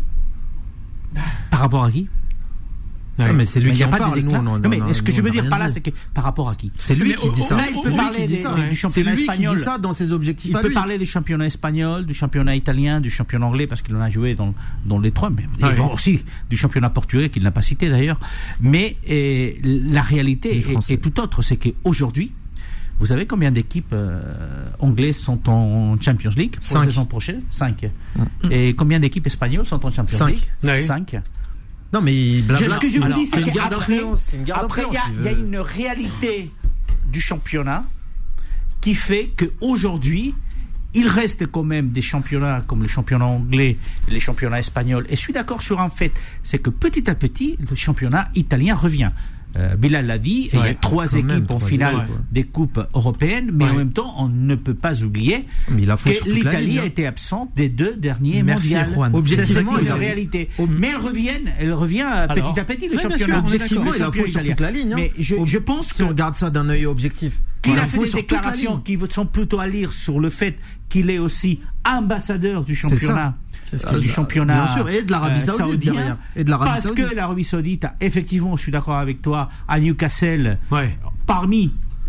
Par rapport à qui ? Oui. Non, mais c'est lui mais qui en parle. Nous, non, non, non, mais non, ce que nous, je veux dire par là, c'est que par rapport à qui ? C'est lui mais qui dit ça. Là, il peut parler des, des, du championnat espagnol. C'est lui qui dit ça dans ses objectifs. Il à peut lui. parler du championnat espagnol, du championnat italien, du championnat anglais parce qu'il en a joué dans dans les trois, mais ah, et oui. aussi du championnat portugais qu'il n'a pas cité d'ailleurs. Mais et, la réalité est, est tout autre, c'est qu'aujourd'hui, vous savez combien d'équipes euh, anglaises sont en Champions League pour la saison prochaine ? Cinq. Mmh. Et combien d'équipes espagnoles sont en Champions Cinq. League ? Oui. Cinq. Non, mais il blabla. Ce que je vous Alors, dis, c'est, c'est qu'après, après, il y, y a une réalité du championnat qui fait qu'aujourd'hui, il reste quand même des championnats comme le championnat anglais et les championnats espagnols. Et je suis d'accord sur un fait, c'est que petit à petit, le championnat italien revient. Euh, Bilal l'a dit, ouais, il y a trois équipes même, en finale ouais. des coupes européennes, mais ouais. en même temps, on ne peut pas oublier que l'Italie a été absente des deux derniers mondiaux. Objectivement, c'est une réalité. Au... Mais elle revient, elle revient Alors, petit à petit le ouais, championnat. Objectivement, il a faux sur toute la ligne. Hein. Mais je, je pense si que on regarde ça d'un œil objectif, qu'il a fait des déclarations qui sont plutôt à lire sur le fait qu'il est aussi ambassadeur du championnat. C'est du championnat bien sûr, et de l'Arabie Saoudite saoudien, derrière. Et de l'Arabie parce Saoudite. que l'Arabie Saoudite a effectivement, je suis d'accord avec toi, à Newcastle, ouais. parmi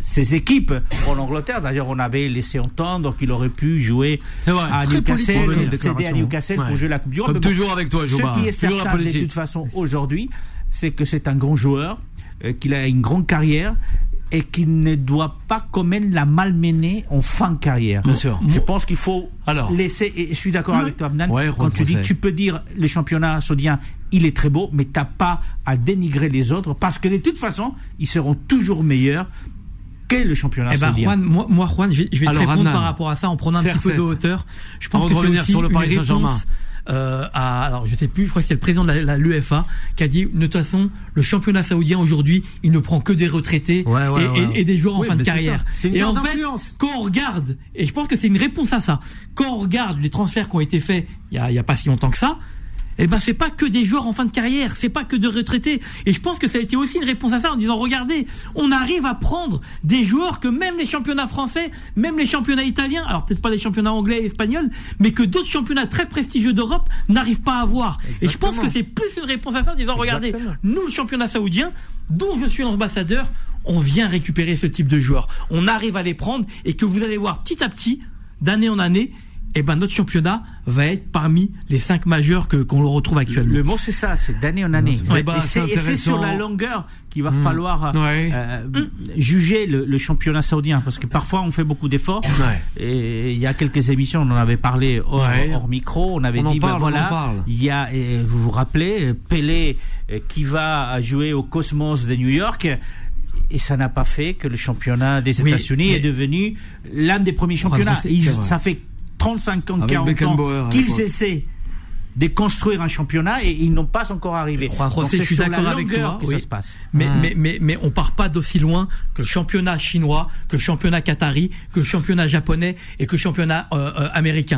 ces équipes en Angleterre. D'ailleurs, on avait laissé entendre qu'il aurait pu jouer à Newcastle, céder à Newcastle ouais. pour jouer la Coupe du Monde. Comme toujours avec toi, Joba. Ce qui est certain de toute façon aujourd'hui, c'est que c'est un grand joueur, euh, qu'il a une grande carrière et qu'il ne doit pas quand même la malmener en fin de carrière. Bien sûr. Je pense qu'il faut Alors. laisser, et je suis d'accord oui. avec toi, Abnan, ouais, quand tu dis, tu peux dire le championnat saoudien, il est très beau, mais t'as pas à dénigrer les autres, parce que de toute façon, ils seront toujours meilleurs que le championnat eh ben, saoudien. Juan, moi, moi, Juan, je vais, je vais Alors, te répondre Adnan, par rapport à ça en prenant un petit peu de hauteur. Je pense Avant que de c'est revenir aussi sur le Paris une Saint-Germain. réponse Euh, à, alors je sais plus, je crois que c'est le président de la, la, l'U F A qui a dit de toute façon le championnat saoudien aujourd'hui il ne prend que des retraités ouais, ouais, et, ouais. Et, et des joueurs en oui, fin de c'est carrière. C'est une et en fait, quand on regarde, et je pense que c'est une réponse à ça, quand on regarde les transferts qui ont été faits il y a, il y a pas si longtemps que ça, eh ben c'est pas que des joueurs en fin de carrière, c'est pas que de retraités. Et je pense que ça a été aussi une réponse à ça en disant regardez, on arrive à prendre des joueurs que même les championnats français, même les championnats italiens, alors peut-être pas les championnats anglais et espagnols, mais que d'autres championnats très prestigieux d'Europe n'arrivent pas à avoir. Exactement. Et je pense que c'est plus une réponse à ça en disant regardez, Exactement. nous le championnat saoudien, dont je suis l'ambassadeur, on vient récupérer ce type de joueurs. On arrive à les prendre et que vous allez voir petit à petit, d'année en année, eh ben notre championnat va être parmi les cinq majeurs que qu'on le retrouve actuellement. Le mot c'est ça, c'est d'année en année. Ouais, et, bah, c'est, et c'est sur la longueur qu'il va mmh. falloir ouais. euh, mmh. juger le, le championnat saoudien, parce que parfois on fait beaucoup d'efforts. Ouais. Et il y a quelques émissions, on en avait parlé hors, ouais. hors micro, on avait on dit parle, ben voilà, il y a, et vous vous rappelez, Pelé qui va jouer au Cosmos de New York. Et ça n'a pas fait que le championnat des oui, États-Unis est devenu l'un des premiers championnats. Ils, ça fait trente-cinq ans, quarante ans qu'ils essaient de construire un championnat et ils n'ont pas encore arrivé. Donc je suis d'accord avec toi que oui. ça se passe. Mais, mmh. mais, mais, mais on part pas d'aussi loin que le championnat chinois, que le championnat qatari, que le championnat japonais et que le championnat euh, euh, américain.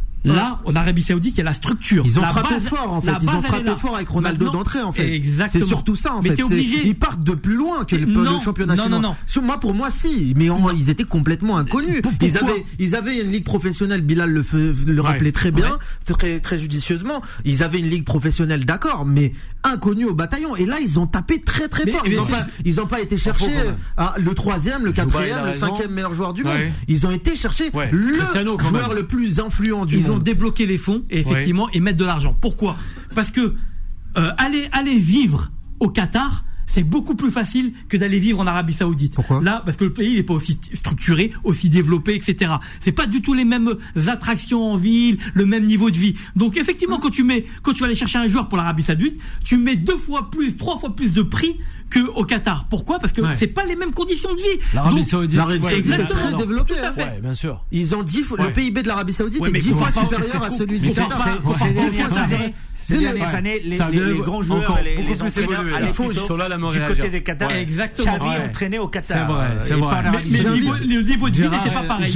Là, en Arabie Saoudite, il y a la structure. Ils ont la frappé base, fort, en fait. Ils ont frappé fort avec Ronaldo Maintenant, d'entrée, en fait. Exactement. C'est surtout ça, en mais fait. T'es obligé. Ils partent de plus loin que le, non, le championnat non, chinois. Non, non, non. Moi, pour moi, si. Mais en, ils étaient complètement inconnus. Pourquoi ils avaient, ils avaient une ligue professionnelle. Bilal le, le rappelait ouais. très bien, ouais. très, très judicieusement. Ils avaient une ligue professionnelle, d'accord, mais inconnue au bataillon. Et là, ils ont tapé très, très mais, fort. Ils n'ont pas, ils ont pas été chercher ah, le troisième, le quatrième, le cinquième meilleur joueur du monde. Ils ont été chercher le joueur le plus influent du monde. Ils ont débloqué les fonds et effectivement ouais. et mettre de l'argent. Pourquoi ? Parce que euh, aller aller vivre au Qatar, c'est beaucoup plus facile que d'aller vivre en Arabie Saoudite. Pourquoi ? Là, parce que le pays n'est pas aussi structuré, aussi développé, et cetera. C'est pas du tout les mêmes attractions en ville, le même niveau de vie. Donc effectivement, quand tu mets, quand tu vas aller chercher un joueur pour l'Arabie Saoudite, tu mets deux fois plus, trois fois plus de prix que au Qatar. Pourquoi ? Parce que ouais. c'est pas les mêmes conditions de vie. L'Arabie Saoudite, l'Arabie Saoudite est très développée. Tout à fait. Ouais, bien sûr. Ils ont dix fois, ouais. le P I B de l'Arabie Saoudite ouais, est dix fois supérieur à celui du Qatar. Ces dernières années, ces dernières années, les, les, les grands joueurs, les, les entraîneurs allaient plutôt du côté des Qatar. Exactement. Xavi entraîné au Qatar. C'est vrai, c'est vrai. Mais le niveau de vie n'était pas pareil.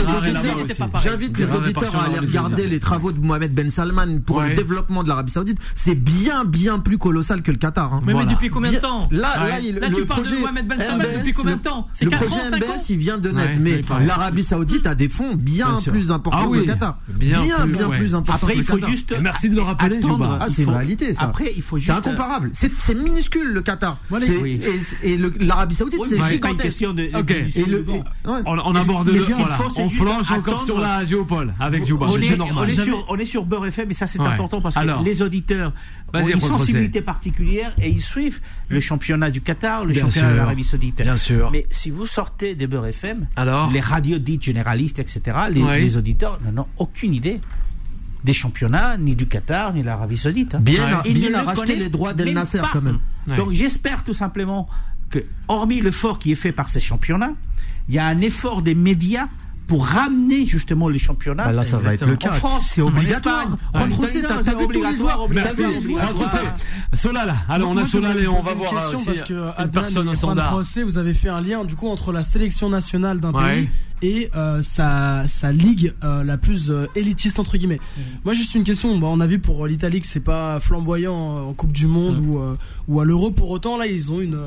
J'invite les auditeurs à aller regarder les travaux de Mohamed Ben Salman pour le développement de l'Arabie Saoudite. C'est bien, bien plus colossal que le Qatar. Mais depuis combien de temps ? Là, là, le projet Mohamed Ben Salman depuis combien de temps ? Le projet M B S, il vient de naître, mais l'Arabie Saoudite a des fonds bien plus importants que le Qatar. Bien, bien plus importants que le Qatar. Après, il faut juste. Merci de le rappeler, Joba. Ah, c'est une réalité, ça. Après, il faut juste. C'est incomparable. C'est, c'est minuscule, le Qatar. Voilà. Oui. Et, et le, l'Arabie Saoudite, oui, c'est ouais, gigantesque. question de, ok. De, et le, et, ouais. On, on aborde le, voilà. On flanche encore sur la géopole avec Joba. On, c'est normal. On est sur, on est sur Beurre F M, et ça, c'est ouais. important parce que Alors, les auditeurs ont une sensibilité particulière et ils suivent le championnat du Qatar, le Bien championnat sûr. de l'Arabie Saoudite. Bien sûr. Mais si vous sortez des Beurre F M, Alors les radios dites généralistes, et cetera, les, ouais. les auditeurs n'en ont aucune idée des championnats, ni du Qatar, ni de l'Arabie Saoudite. Bien, ouais. Bien a racheté les droits d'El Nasser quand même. Ouais. Donc j'espère tout simplement que, hormis l'effort qui est fait par ces championnats, il y a un effort des médias pour ramener justement les championnats. Bah là, ça va être le cas. En France, c'est obligatoire. Juan José, t'as vu obligatoire. Merci. Juan José. Solal. Alors, on a Solal et on va voir question aussi parce que une personne au standard. Juan José, vous avez fait un lien du coup entre la sélection nationale d'un pays et euh, sa, sa ligue euh, la plus euh, élitiste entre guillemets. Mmh. Moi juste une question, bon, on a vu pour l'Italie que c'est pas flamboyant en Coupe du Monde mmh. ou, euh, ou à l'Euro, pour autant là ils ont une,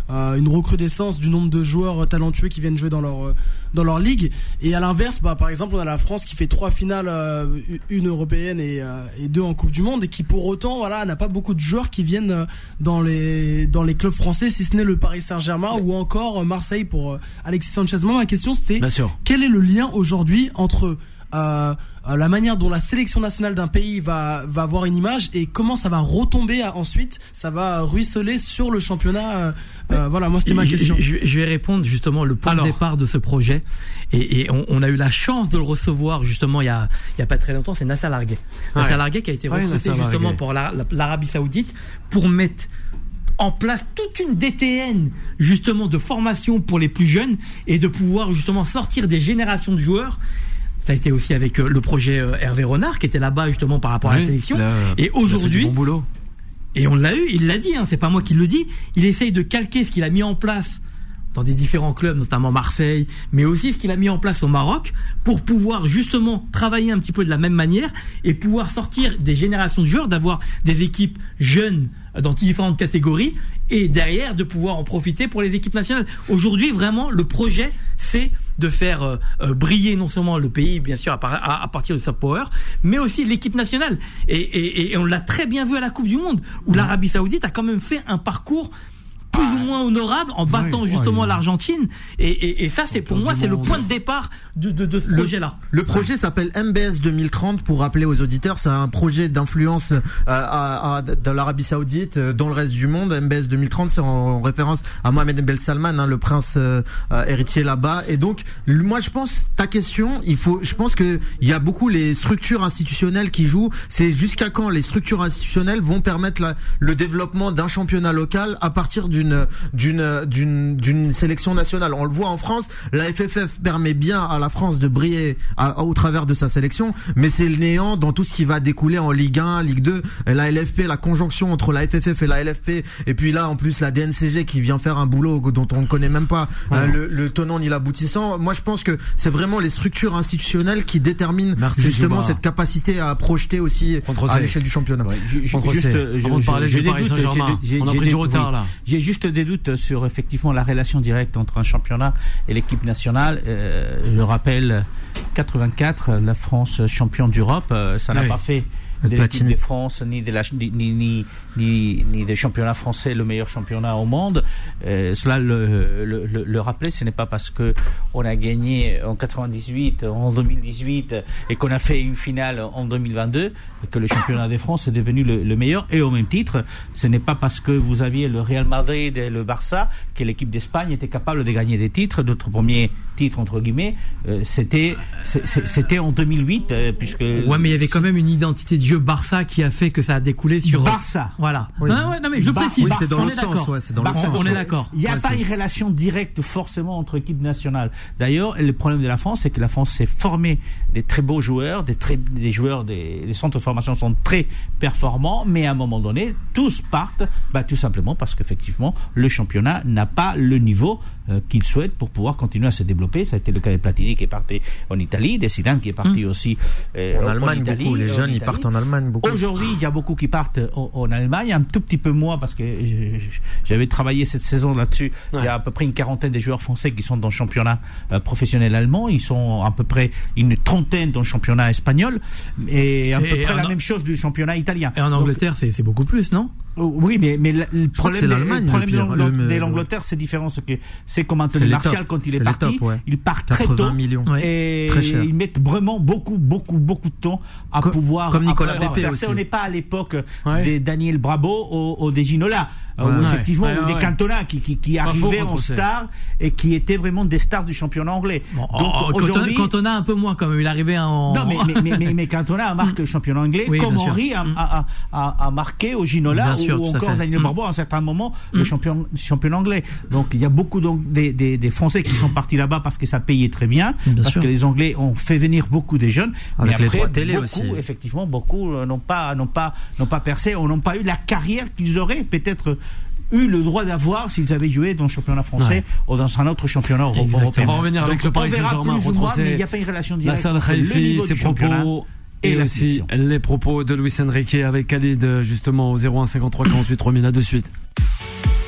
euh, une recrudescence du nombre de joueurs talentueux qui viennent jouer dans leur euh, dans leur ligue. Et à l'inverse, bah par exemple, on a la France qui fait trois finales, euh, une européenne et, euh, et deux en Coupe du Monde, et qui pour autant, voilà, n'a pas beaucoup de joueurs qui viennent euh, dans les dans les clubs français, si ce n'est le Paris Saint-Germain ou encore Marseille pour euh, Alexis Sanchez. Moi, ma question c'était quel est le lien aujourd'hui entre euh, la manière dont la sélection nationale d'un pays va va avoir une image et comment ça va retomber ensuite, ça va ruisseler sur le championnat. Euh, voilà, moi c'était ma question. Je, je, je vais répondre justement le point Alors. de départ de ce projet et, et on, on a eu la chance de le recevoir justement il y a il y a pas très longtemps. C'est Nasser Larguet. Ouais. Nasser Larguet qui a été recruté ouais, justement Larguet. pour la, la, l'Arabie Saoudite pour mettre en place toute une D T N justement de formation pour les plus jeunes et de pouvoir justement sortir des générations de joueurs. Ça a été aussi avec le projet Hervé Renard qui était là-bas justement par rapport oui, à la sélection. Là, et aujourd'hui, bon boulot. Et on l'a eu, il l'a dit, hein, c'est pas moi qui le dis. Il essaye de calquer ce qu'il a mis en place dans des différents clubs, notamment Marseille, mais aussi ce qu'il a mis en place au Maroc pour pouvoir justement travailler un petit peu de la même manière et pouvoir sortir des générations de joueurs, d'avoir des équipes jeunes dans différentes catégories et derrière de pouvoir en profiter pour les équipes nationales. Aujourd'hui, vraiment, le projet, c'est de faire euh, euh, briller non seulement le pays, bien sûr, à, par, à, à partir de soft power, mais aussi l'équipe nationale. Et, et, et on l'a très bien vu à la Coupe du Monde, où l'Arabie Saoudite a quand même fait un parcours plus ou moins honorable en battant oui, justement ouais, l'Argentine et, et, et ça c'est pour moi c'est le point de départ de, de, de ce projet là. Le projet s'appelle M B S deux mille trente pour rappeler aux auditeurs, c'est un projet d'influence euh, à, à, dans l'Arabie Saoudite, euh, dans le reste du monde. M B S deux mille trente c'est en, en référence à Mohamed Ben Salman, hein, le prince euh, euh, héritier là-bas. Et donc moi je pense ta question, il faut, je pense que il y a beaucoup les structures institutionnelles qui jouent. C'est jusqu'à quand les structures institutionnelles vont permettre la, le développement d'un championnat local à partir du d'une d'une d'une d'une sélection nationale. On le voit en France, la F F F permet bien à la France de briller à, au travers de sa sélection, mais c'est le néant dans tout ce qui va découler en Ligue un, Ligue deux, la L F P, la conjonction entre la F F F et la L F P, et puis là en plus la D N C G qui vient faire un boulot dont on ne connaît même pas ouais. euh, le, le tenant ni l'aboutissant. Moi je pense que c'est vraiment les structures institutionnelles qui déterminent Merci justement Juba. cette capacité à projeter aussi Contre à l'échelle du championnat. Ouais, je, je, juste, je, Avant de parler du Paris Saint-Germain, on a pris du retard là. J'ai juste des doutes sur effectivement la relation directe entre un championnat et l'équipe nationale. Euh, je rappelle quatre-vingt-quatre, la France championne d'Europe, euh, ça n'a oui. pas fait de l'équipe de France ni de la ni ni ni ni des championnats français le meilleur championnat au monde. Euh, cela le, le le le rappeler, ce n'est pas parce que on a gagné en quatre-vingt-dix-huit, en deux mille dix-huit et qu'on a fait une finale en deux mille vingt-deux que le championnat de France est devenu le, le meilleur. Et au même titre, ce n'est pas parce que vous aviez le Real Madrid et le Barça que l'équipe d'Espagne était capable de gagner des titres. Notre premier titre entre guillemets, euh, c'était c'était en deux mille huit euh, puisque ouais, mais il y avait quand même une identité de jeu Barça qui a fait que ça a découlé sur Barça. Voilà. Oui. Non, ouais, non mais je Bar- précise. Oui, c'est dans l'autre sens. Ouais, c'est dans l'autre sens. On est d'accord. Il n'y a ouais, pas c'est... une relation directe forcément entre équipes nationales. D'ailleurs, le problème de la France, c'est que la France s'est formée des très beaux joueurs, des très des joueurs, des les centres de formation sont très performants, mais à un moment donné, tous partent, bah tout simplement parce qu'effectivement, le championnat n'a pas le niveau euh, qu'il souhaite pour pouvoir continuer à se développer. Ça a été le cas de Platini qui est parti en Italie, de Zidane qui est parti mmh. aussi euh, en, en Allemagne. En Italie, beaucoup. Les jeunes, ils partent en Allemagne beaucoup. Aujourd'hui, il y a beaucoup qui partent en, en Allemagne, un tout petit peu moins parce que j'avais travaillé cette saison là-dessus. Ouais. Il y a à peu près une quarantaine de joueurs français qui sont dans le championnat euh, professionnel allemand. Ils sont à peu près une trentaine dans le championnat espagnol et à et peu près la en... même chose du championnat italien. Et en Angleterre, Donc, c'est, c'est beaucoup plus, non? Oui, mais, mais le, le problème, le problème le de, de l'Angleterre, c'est différent. C'est que c'est comme Anthony Martial quand il est, est parti, top, ouais. il part très tôt millions. et très cher. Ils mettent vraiment beaucoup, beaucoup, beaucoup de temps à comme, pouvoir. Comme Nicolas Pepe aussi. On n'est pas à l'époque ouais. des Daniel Brabo ou, ou des Ginola. Ouais. Où effectivement, ouais, ouais, des ouais. Cantona qui, qui, qui arrivaient en stars et qui étaient vraiment des stars du championnat anglais. Bon, Donc, oh, aujourd'hui, Cantona un peu moins quand même. Il arrivait en. Non, mais, mais, mais, mais, mais Cantona a marqué le championnat anglais, oui, comme Henry a, a, a, a marqué au Ginola ou, sûr, ou encore Daniel Brabo à un certain moment mm. le champion, championnat anglais. Donc, il y a beaucoup donc, des, des, des Français qui sont partis là-bas parce que ça payait très bien, bien parce sûr. que les Anglais ont fait venir beaucoup des jeunes. Avec mais après, télé beaucoup, aussi. effectivement, beaucoup n'ont pas, n'ont pas, n'ont pas percé, ou n'ont pas eu la carrière qu'ils auraient peut-être eu le droit d'avoir s'ils avaient joué dans le championnat français ouais. ou dans un autre championnat européen. On va revenir avec le Paris Saint-Germain. Mais il n'y a pas une relation directe entre le niveau du championnat et, et aussi les propos de Luis Enrique avec Khalid justement au zéro un cinquante-trois quarante-huit trois mille. À de suite.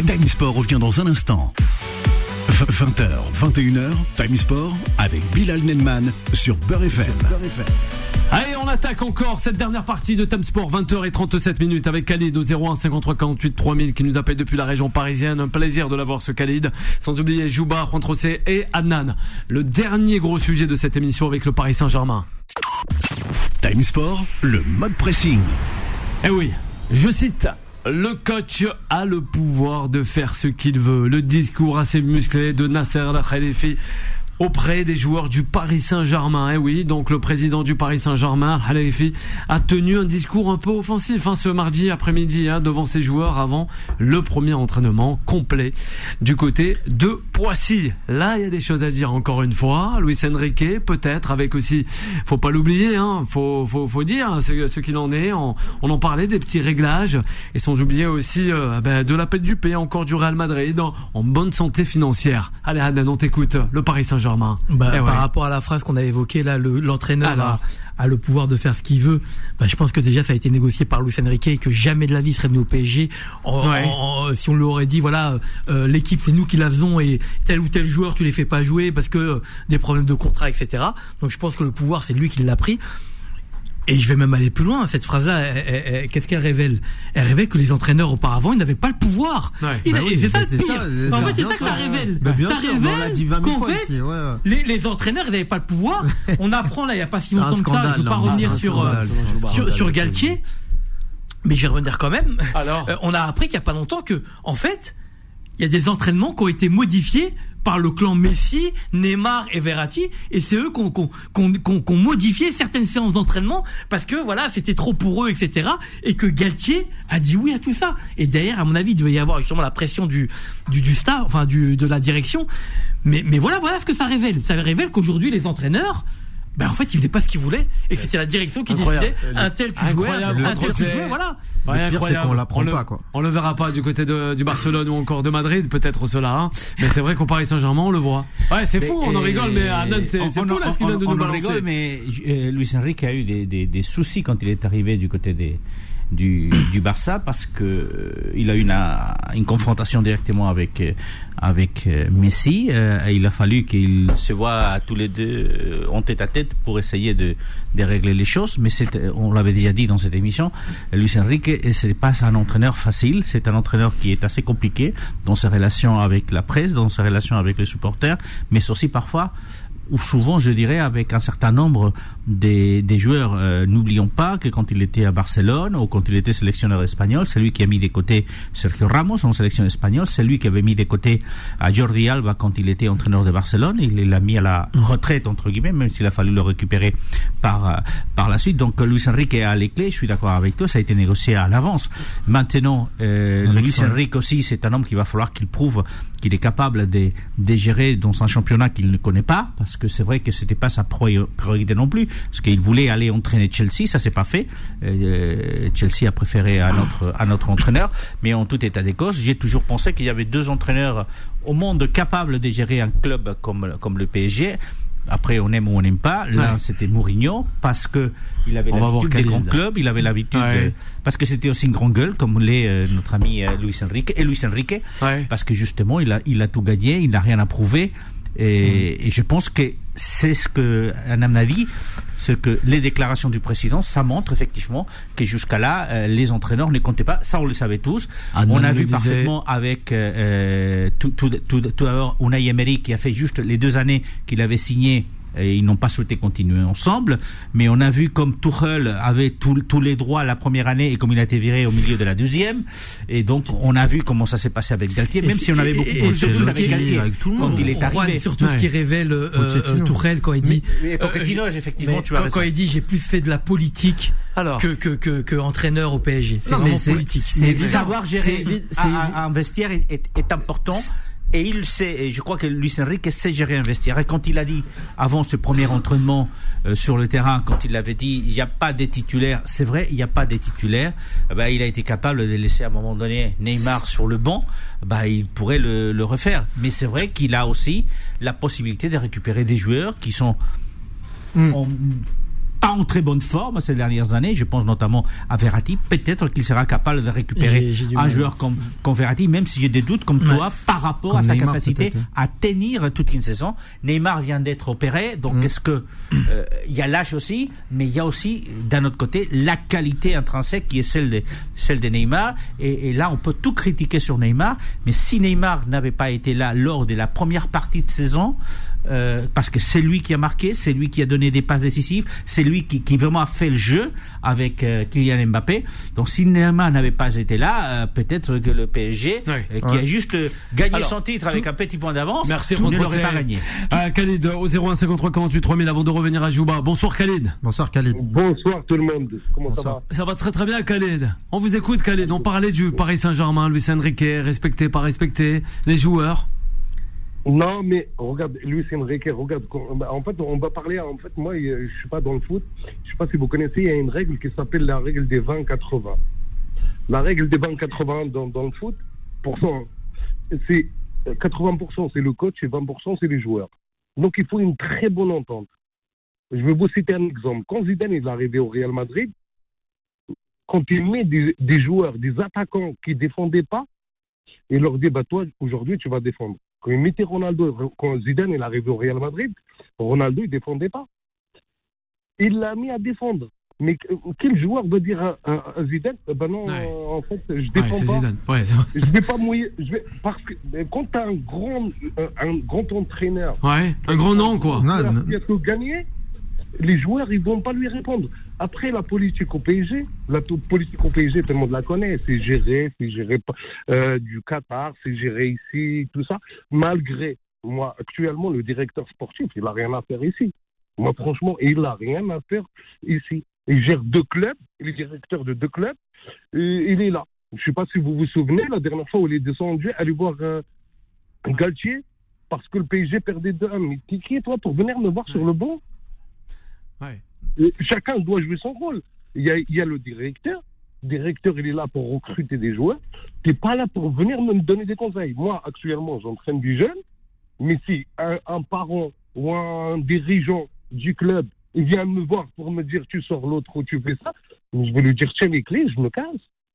Time Sport revient dans un instant. vingt heures, vingt et une heures, Time Sport avec Bilal Nenman sur Beurre F M. Allez, on attaque encore cette dernière partie de Time Sport, vingt heures trente-sept minutes avec Khalid au zéro un cinquante-trois quarante-huit trois mille qui nous appelle depuis la région parisienne. Un plaisir de l'avoir ce Khalid. Sans oublier Jouba, Juan Trocé et Adnan. Le dernier gros sujet de cette émission avec le Paris Saint-Germain. Time Sport, le mode pressing. Eh oui, je cite. Le coach a le pouvoir de faire ce qu'il veut. Le discours assez musclé de Nasser Al-Khelaifi auprès des joueurs du Paris Saint-Germain. Eh oui, donc le président du Paris Saint-Germain, Al-Khelaifi, a tenu un discours un peu offensif hein, ce mardi après-midi hein, devant ses joueurs avant le premier entraînement complet du côté de Poissy. Là, il y a des choses à dire encore une fois. Luis Enrique, peut-être, avec aussi, faut pas l'oublier, hein, faut, faut, faut dire ce, ce qu'il en est. On, on en parlait des petits réglages et sans oublier aussi euh, ben, de l'appel du P, encore du Real Madrid en, en bonne santé financière. Allez, Adnan, on t'écoute. Le Paris Saint-Germain. Bah, eh par ouais. rapport à la phrase qu'on a évoquée là, le, l'entraîneur a, a le pouvoir de faire ce qu'il veut. Bah, je pense que déjà ça a été négocié par Luis Enrique et que jamais de la vie serait venu au P S G. En, ouais. en, en, si on lui aurait dit voilà, euh, l'équipe c'est nous qui la faisons et tel ou tel joueur tu les fais pas jouer parce que euh, des problèmes de contrat, et cetera. Donc je pense que le pouvoir c'est lui qui l'a pris. Et je vais même aller plus loin. Cette phrase-là, elle, elle, elle, qu'est-ce qu'elle révèle ? Elle révèle que les entraîneurs auparavant, ils n'avaient pas le pouvoir. Ouais. Il, bah et oui, c'est ça c'est le pire. ça, c'est en ça, fait, c'est bien ça que sûr. ça révèle. Bah bien ça sûr, révèle on l'a dit vingt mille qu'en fois fait, ici, ouais, ouais. Les, les entraîneurs, ils n'avaient pas le pouvoir. On apprend là, il n'y a pas si C'est un longtemps que ça. scandale, Je ne veux pas non, revenir c'est un sur, scandale, euh, c'est un sur, scandale, sur c'est Galtier. Mais je vais revenir quand même. Alors Euh, on a appris qu'il n'y a pas longtemps que, en fait, il y a des entraînements qui ont été modifiés par le clan Messi, Neymar et Verratti, et c'est eux qui ont, qui ont, qui ont, qui ont, qui ont modifié certaines séances d'entraînement parce que voilà, c'était trop pour eux, et cetera. Et que Galtier a dit oui à tout ça. Et derrière, à mon avis, il devait y avoir justement la pression du, du, du staff, enfin du, de la direction. Mais, mais voilà, voilà ce que ça révèle. Ça révèle qu'aujourd'hui, les entraîneurs, ben en fait, ils faisaient pas ce qu'ils voulaient et que c'était la direction qui Incroyable. décidait un tel tu jouais, Incroyable. un tel tu C'est- jouais, voilà. Ouais, Le pire, c'est incroyable. qu'on l'apprend on le, pas, quoi. On le verra pas du côté de, du Barcelone ou encore de Madrid, peut-être cela. Hein. Mais c'est vrai qu'au Paris Saint-Germain, on le voit. Ouais, c'est fou, on en rigole, mais Adnan, c'est, c'est on, fou là ce qu'il vient de on, nous on en balancer. rigole, mais euh, Luis Enrique a eu des, des, des soucis quand il est arrivé du côté des, du, du Barça parce que euh, il a eu une, une confrontation directement avec euh, avec euh, Messi. Euh, et il a fallu qu'ils se voient tous les deux euh, en tête à tête pour essayer de, de régler les choses. Mais c'est, on l'avait déjà dit dans cette émission, Luis Enrique, c'est pas un entraîneur facile. C'est un entraîneur qui est assez compliqué dans ses relations avec la presse, dans ses relations avec les supporters, mais aussi parfois ou souvent, je dirais, avec un certain nombre des, des joueurs. Euh, n'oublions pas que quand il était à Barcelone ou quand il était sélectionneur espagnol, c'est lui qui a mis des côtés Sergio Ramos en sélection espagnole, c'est lui qui avait mis des côtés à Jordi Alba quand il était entraîneur de Barcelone. Il l'a mis à la retraite, entre guillemets, même s'il a fallu le récupérer par, euh, par la suite. Donc, Luis Enrique a les clés, je suis d'accord avec toi, ça a été négocié à l'avance. Maintenant, euh, Luis Enrique aussi, c'est un homme qu'il va falloir qu'il prouve qu'il est capable de, de gérer dans un championnat qu'il ne connaît pas, parce que c'est vrai que c'était pas sa priorité non plus, parce qu'il voulait aller entraîner Chelsea, ça s'est pas fait. Euh, Chelsea a préféré un autre, un autre entraîneur, mais en tout état des causes, j'ai toujours pensé qu'il y avait deux entraîneurs au monde capables de gérer un club comme, comme le P S G. Après, on aime ou on n'aime pas. L'un, ouais. c'était Mourinho, parce que il avait on l'habitude des grands clubs, il avait l'habitude, ouais. de, parce que c'était aussi une grande gueule, comme l'est euh, notre ami euh, Luis Enrique, et Luis Enrique, ouais. parce que justement, il a, il a tout gagné, il n'a rien à prouver. Et, mmh. et je pense que c'est ce que, à mon avis, ce que les déclarations du président, ça montre effectivement que jusqu'à là, euh, les entraîneurs ne comptaient pas. Ça, on le savait tous. Ah, on a vu disait... parfaitement avec euh, tout, tout, tout, tout d'abord Unai Emery qui a fait juste les deux années qu'il avait signé. Et ils n'ont pas souhaité continuer ensemble, mais on a vu comme Tuchel avait tous les droits la première année et comme il a été viré au milieu de la deuxième, et donc on a vu comment ça s'est passé avec Galtier, même et si on avait beaucoup de surtout avec Galtier avec tout le monde. Quand il est arrivé. Juan, surtout ouais. ce qui révèle euh, euh, Tuchel quand il dit, mais, mais Pochettino, euh, effectivement, tu as quand, quand il dit j'ai plus fait de la politique Alors. que que que, que entraîneur au P S G, c'est non, vraiment c'est, politique. C'est, c'est savoir gérer c'est, c'est, un, un vestiaire est, est, est important. Et il sait, et je crois que Luis Enrique sait gérer un vestiaire. Et quand il a dit, avant ce premier entraînement euh, sur le terrain, quand il avait dit, il n'y a pas des titulaires, c'est vrai, il n'y a pas des titulaires, bah, il a été capable de laisser à un moment donné Neymar sur le banc, bah, il pourrait le, le refaire. Mais c'est vrai qu'il a aussi la possibilité de récupérer des joueurs qui sont... Mm. En, pas en très bonne forme ces dernières années. Je pense notamment à Verratti. Peut-être qu'il sera capable de récupérer j'ai, j'ai un joueur comme, comme Verratti, même si j'ai des doutes comme ouais. toi par rapport comme à sa Neymar, capacité peut-être. à tenir toute une saison. Neymar vient d'être opéré, donc mmh. est-ce que euh, il y a l'âge aussi, mais il y a aussi d'un autre côté la qualité intrinsèque qui est celle de celle de Neymar. Et, et là, on peut tout critiquer sur Neymar, mais si Neymar n'avait pas été là lors de la première partie de saison, euh, parce que c'est lui qui a marqué, c'est lui qui a donné des passes décisives, c'est lui qui, qui vraiment a fait le jeu avec euh, Kylian Mbappé. Donc si Neymar n'avait pas été là, euh, peut-être que le P S G, oui. euh, qui ouais. a juste gagné Alors, son titre avec tout... un petit point d'avance, Merci, ne l'aurait pas gagné. Euh, Khalid, au zéro un cinquante-trois quarante-huit trois mille avant de revenir à Jouba. Bonsoir Khalid. Bonsoir Khalid. Bonsoir tout le monde. Comment Bonsoir. ça va? Ça va très très bien Khalid. On vous écoute Khalid. On parlait du Paris Saint-Germain, Luis Enrique, respecté, pas respecté, les joueurs. Non, mais regarde, Luis Enrique, regarde, en fait, on va parler, en fait, moi, je suis pas dans le foot, je sais pas si vous connaissez, il y a une règle qui s'appelle la règle des vingt quatre-vingts. La règle des vingt quatre-vingts dans, dans le foot, pour cent, c'est quatre-vingts pour cent c'est le coach et vingt pour cent c'est les joueurs. Donc il faut une très bonne entente. Je vais vous citer un exemple. Quand Zidane est arrivé au Real Madrid, quand il met des, des joueurs, des attaquants qui défendaient pas, il leur dit, bah toi, aujourd'hui, tu vas défendre. Quand il mettait Ronaldo, quand Zidane est arrivé au Real Madrid, Ronaldo, il défendait pas. Il l'a mis à défendre. Mais quel joueur veut dire à, à, à Zidane, ben non, ouais. en fait, je défends ouais, c'est pas. Zidane. Ouais, c'est vrai. Je vais pas mouiller. Je vais, parce que quand tu as un grand, un grand entraîneur, ouais, un grand nom, quoi. Qui a tout gagné, les joueurs, ils vont pas lui répondre. Après, la politique au P S G, la politique au P S G, tout le monde la connaît. C'est géré, c'est géré euh, du Qatar, c'est géré ici, tout ça. Malgré, moi, actuellement, le directeur sportif, il a rien à faire ici. Moi, franchement, il a rien à faire ici. Il gère deux clubs, il est directeur de deux clubs, et il est là. Je ne sais pas si vous vous souvenez, la dernière fois où il est descendu, aller voir euh, Galtier, parce que le P S G perdait deux un. Mais t'es qui, toi, pour venir me voir ouais. sur le banc? Ouais. Et chacun doit jouer son rôle. Il y a, il y a le directeur. Le directeur, il est là pour recruter des joueurs. Tu n'es pas là pour venir me donner des conseils. Moi, actuellement, j'entraîne du jeune, mais si un, un parent ou un dirigeant du club il vient me voir pour me dire tu sors l'autre ou tu fais ça, je vais lui dire tiens les clés, je me casse.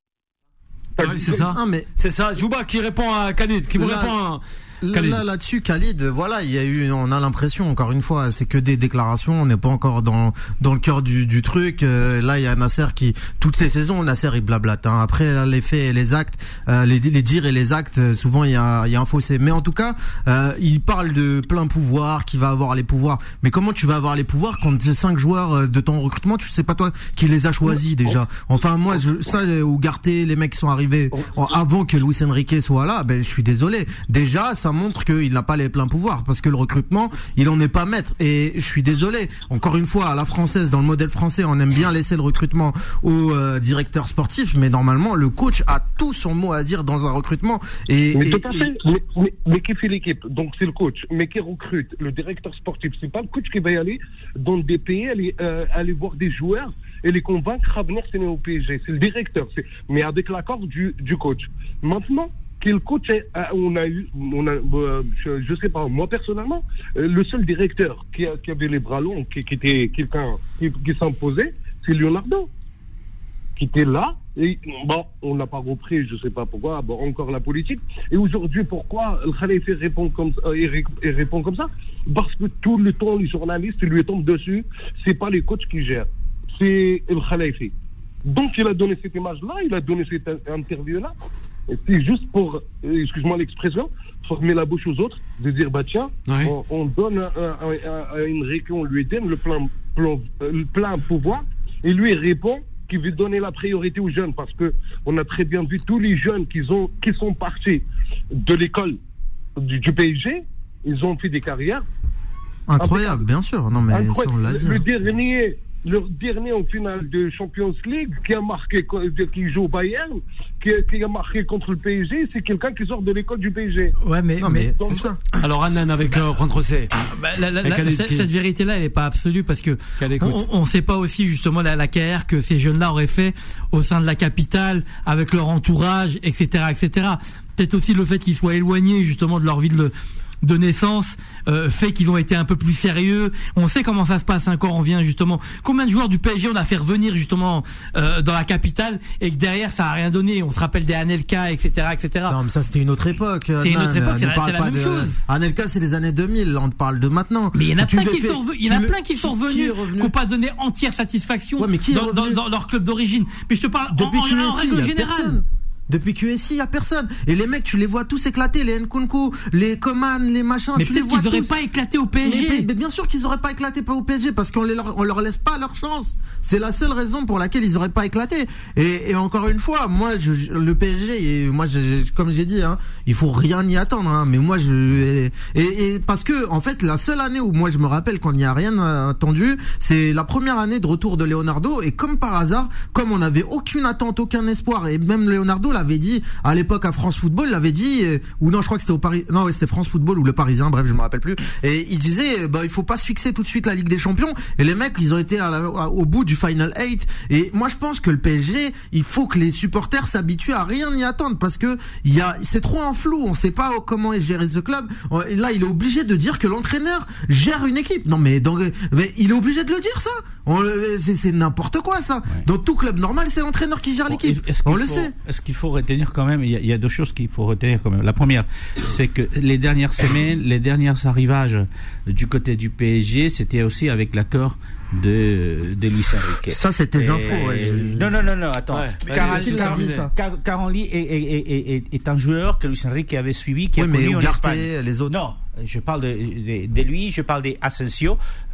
Ouais, c'est ça. Ah, mais c'est ça. Jouba qui répond à Khalid, qui vous là, répond à Khalid. Là, là-dessus, Khalid, voilà, il y a eu, on a l'impression, encore une fois, c'est que des déclarations, on n'est pas encore dans, dans le cœur du, du truc. Euh, là, il y a Nasser qui, toutes ces saisons, Nasser, il blablate, hein. Après, là, les faits et les actes, euh, les, les dires et les actes, souvent, il y a, il y a un fossé. Mais en tout cas, euh, il parle de plein pouvoir, qui va avoir les pouvoirs. Mais comment tu vas avoir les pouvoirs quand ces cinq joueurs de ton recrutement, tu sais pas toi qui les a choisis déjà? Enfin, moi, je, ça, Ugarte, les mecs qui sont arrivés avant que Luis Enrique soit là, ben, je suis désolé. Déjà, ça montre qu'il n'a pas les pleins pouvoirs parce que le recrutement, il en est pas maître. Et je suis désolé. Encore une fois, à la française, dans le modèle français, on aime bien laisser le recrutement au euh, directeur sportif, mais normalement, le coach a tout son mot à dire dans un recrutement. Et, mais et, tout à fait. Et... Mais, mais, mais qui fait l'équipe? Donc c'est le coach. Mais qui recrute? Le directeur sportif. C'est pas le coach qui va y aller dans des pays, aller, euh, aller voir des joueurs et les convaincre à venir signer au P S G. C'est le directeur. C'est... Mais avec l'accord du, du coach. Maintenant, quel coach est, on a eu, on a, euh, je, je sais pas, moi personnellement, euh, le seul directeur qui, a, qui avait les bras longs, qui, qui était quelqu'un qui, qui s'imposait, c'est Leonardo, qui était là, et bon, on n'a pas repris, je sais pas pourquoi, bon, encore la politique. Et aujourd'hui, pourquoi le Khalifa répond comme ça, il répond comme ça? Parce que tout le temps, les journalistes lui tombent dessus, c'est pas les coachs qui gèrent, c'est le Khalifa. Donc il a donné cette image-là, il a donné cette interview-là. C'est juste pour, excuse-moi l'expression, former la bouche aux autres, de dire bah tiens, ouais. on, on donne à Enrique, on lui donne le plein, plein, le plein pouvoir, et lui répond qu'il veut donner la priorité aux jeunes, parce que on a très bien vu tous les jeunes qui ont, qui sont partis de l'école du, du P S G, ils ont fait des carrières incroyables, bien sûr. Non mais ça, on l'a dit. Le dernier. Le dernier en finale de Champions League qui a marqué, qui joue au Bayern, qui, qui a marqué contre le P S G, c'est quelqu'un qui sort de l'école du P S G. Ouais, mais, non, mais, mais c'est ça. Alors Anan avec euh, Juan José. Bah, la, la, la, cette, cette vérité-là, elle n'est pas absolue parce que on ne sait pas aussi justement la, la carrière que ces jeunes-là auraient fait au sein de la capitale, avec leur entourage, et cetera, et cetera. Peut-être aussi le fait qu'ils soient éloignés justement de leur vie de le de naissance euh, fait qu'ils ont été un peu plus sérieux. On sait comment ça se passe hein, quand on vient justement. Combien de joueurs du P S G on a fait revenir justement euh, dans la capitale et que derrière ça a rien donné. On se rappelle des Anelka, et cetera, et cetera. Non, mais ça c'était une autre époque. C'est une autre époque. C'est la, c'est la même de... chose. Anelka, c'est les années deux mille. On te parle de maintenant. Mais il y en a tu plein qui fais... sont, il y en a le... plein qui sont revenus, qui n'ont pas donné entière satisfaction ouais, mais qui dans, dans, dans leur club d'origine. Mais je te parle depuis en, en, en règle générale. Depuis Q S I, il y a personne. Et les mecs, tu les vois tous éclater, les Nkunku, les Coman, les machins. Mais tu les vois qu'ils n'auraient tous. pas éclaté au P S G. Mais, mais bien sûr qu'ils n'auraient pas éclaté au P S G parce qu'on les leur, on leur laisse pas leur chance. C'est la seule raison pour laquelle ils n'auraient pas éclaté. Et, et encore une fois, moi, je, je, le P S G, et moi, je, comme j'ai dit, hein, il faut rien y attendre. Hein, mais moi, je et, et parce que en fait, la seule année où moi je me rappelle qu'on n'y a rien attendu, c'est la première année de retour de Leonardo. Et comme par hasard, comme on n'avait aucune attente, aucun espoir, et même Leonardo l'avait dit à l'époque à France Football, il avait dit euh, ou non, je crois que c'était au Paris, non, ouais, c'était France Football ou le Parisien, bref, je me rappelle plus. Et il disait, bah, il faut pas se fixer tout de suite la Ligue des Champions. Et les mecs, ils ont été à la, à, au bout du Final eight. Et moi, je pense que le P S G, il faut que les supporters s'habituent à rien y attendre parce que il y a, c'est trop en flou. On sait pas comment est géré ce club. Et là, il est obligé de dire que l'entraîneur gère une équipe. Non, mais, dans, mais il est obligé de le dire ça. On, c'est, c'est n'importe quoi ça. Ouais. Dans tout club normal, c'est l'entraîneur qui gère bon, l'équipe. On le faut, sait. Est-ce qu'il faut retenir quand même, il y a, il y a deux choses qu'il faut retenir quand même. La première, c'est que les dernières semaines, les derniers arrivages du côté du P S G, c'était aussi avec l'accord de, de Luis Enrique. Ça, c'est tes infos. Ouais, je... Non, non, non, non, attends. Ouais, Caranli est, est, est, est un joueur que Luis Enrique avait suivi, qui oui, a connu en Ugarte, Espagne. Les autres. Non. Je parle de, de, de lui, je parle d'Asensio,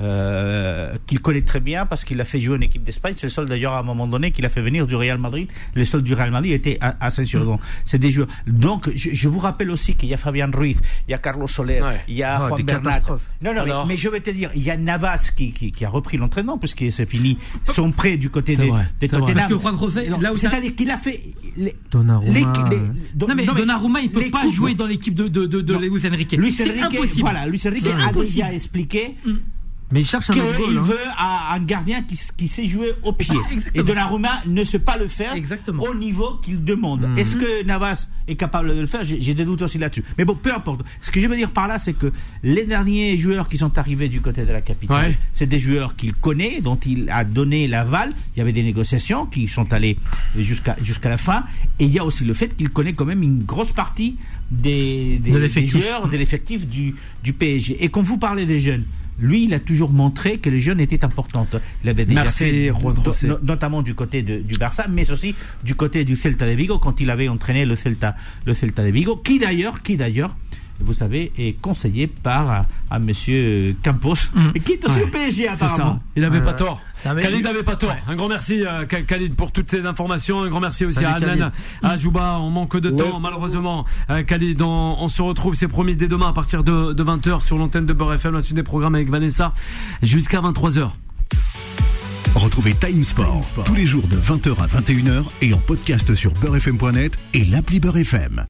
euh, qu'il connaît très bien parce qu'il a fait jouer une équipe d'Espagne. C'est le seul d'ailleurs à un moment donné qu'il a fait venir du Real Madrid. Le seul du Real Madrid était Asensio. Donc, c'est des joueurs. Donc, je, je vous rappelle aussi qu'il y a Fabian Ruiz, il y a Carlos Soler, ouais. il y a oh, Juan Bernat. Non, non, mais, mais je vais te dire, il y a Navas qui, qui, qui a repris l'entraînement puisque c'est fini son prêt du côté des de Tottenham. Parce que Juan José, là où c'est-à-dire qu'il a fait les, Donnarumma. Les, les, don, non mais, non, mais Donnarumma, il peut pas coupes. jouer dans l'équipe de de de, de Luis Enrique. Luis Enrique, voilà, Luis Enrique a déjà expliqué. Mm. Mais il cherche un autre goal. Il hein. veut un gardien qui, qui sait jouer au pied. Et Donnarumma ne sait pas le faire Exactement. au niveau qu'il demande. Mm-hmm. Est-ce que Navas est capable de le faire? J'ai, j'ai des doutes aussi là-dessus. Mais bon, peu importe. Ce que je veux dire par là, c'est que les derniers joueurs qui sont arrivés du côté de la capitale, ouais. c'est des joueurs qu'il connaît, dont il a donné l'aval. Il y avait des négociations qui sont allées jusqu'à, jusqu'à la fin. Et il y a aussi le fait qu'il connaît quand même une grosse partie des, des, de des joueurs, de l'effectif du, du P S G. Et quand vous parlez des jeunes, lui, il a toujours montré que les jeunes étaient importantes. Il avait déjà Merci, fait, no, notamment du côté de, du Barça, mais aussi du côté du Celta de Vigo, quand il avait entraîné le Celta, le Celta de Vigo, qui d'ailleurs, qui d'ailleurs, vous savez, est conseillé par à, à Monsieur Campos, mmh. qui est aussi ouais. au P S G apparemment. C'est ça. Il n'avait ouais. pas tort. Khalid n'avait pas tort. Ouais. Un grand merci euh, Khalid pour toutes ces informations. Un grand merci aussi Salut, à Adnan, à Jouba. On manque de temps ouais. malheureusement. Euh, Khalid, on, on se retrouve, c'est promis, dès demain à partir de, de vingt heures sur l'antenne de Beurre F M, la suite des programmes avec Vanessa jusqu'à vingt-trois heures. Retrouvez Time Sport, Time Sport tous les jours de vingt heures à vingt et une heures et en podcast sur beurre f m point net et l'appli Beurre F M.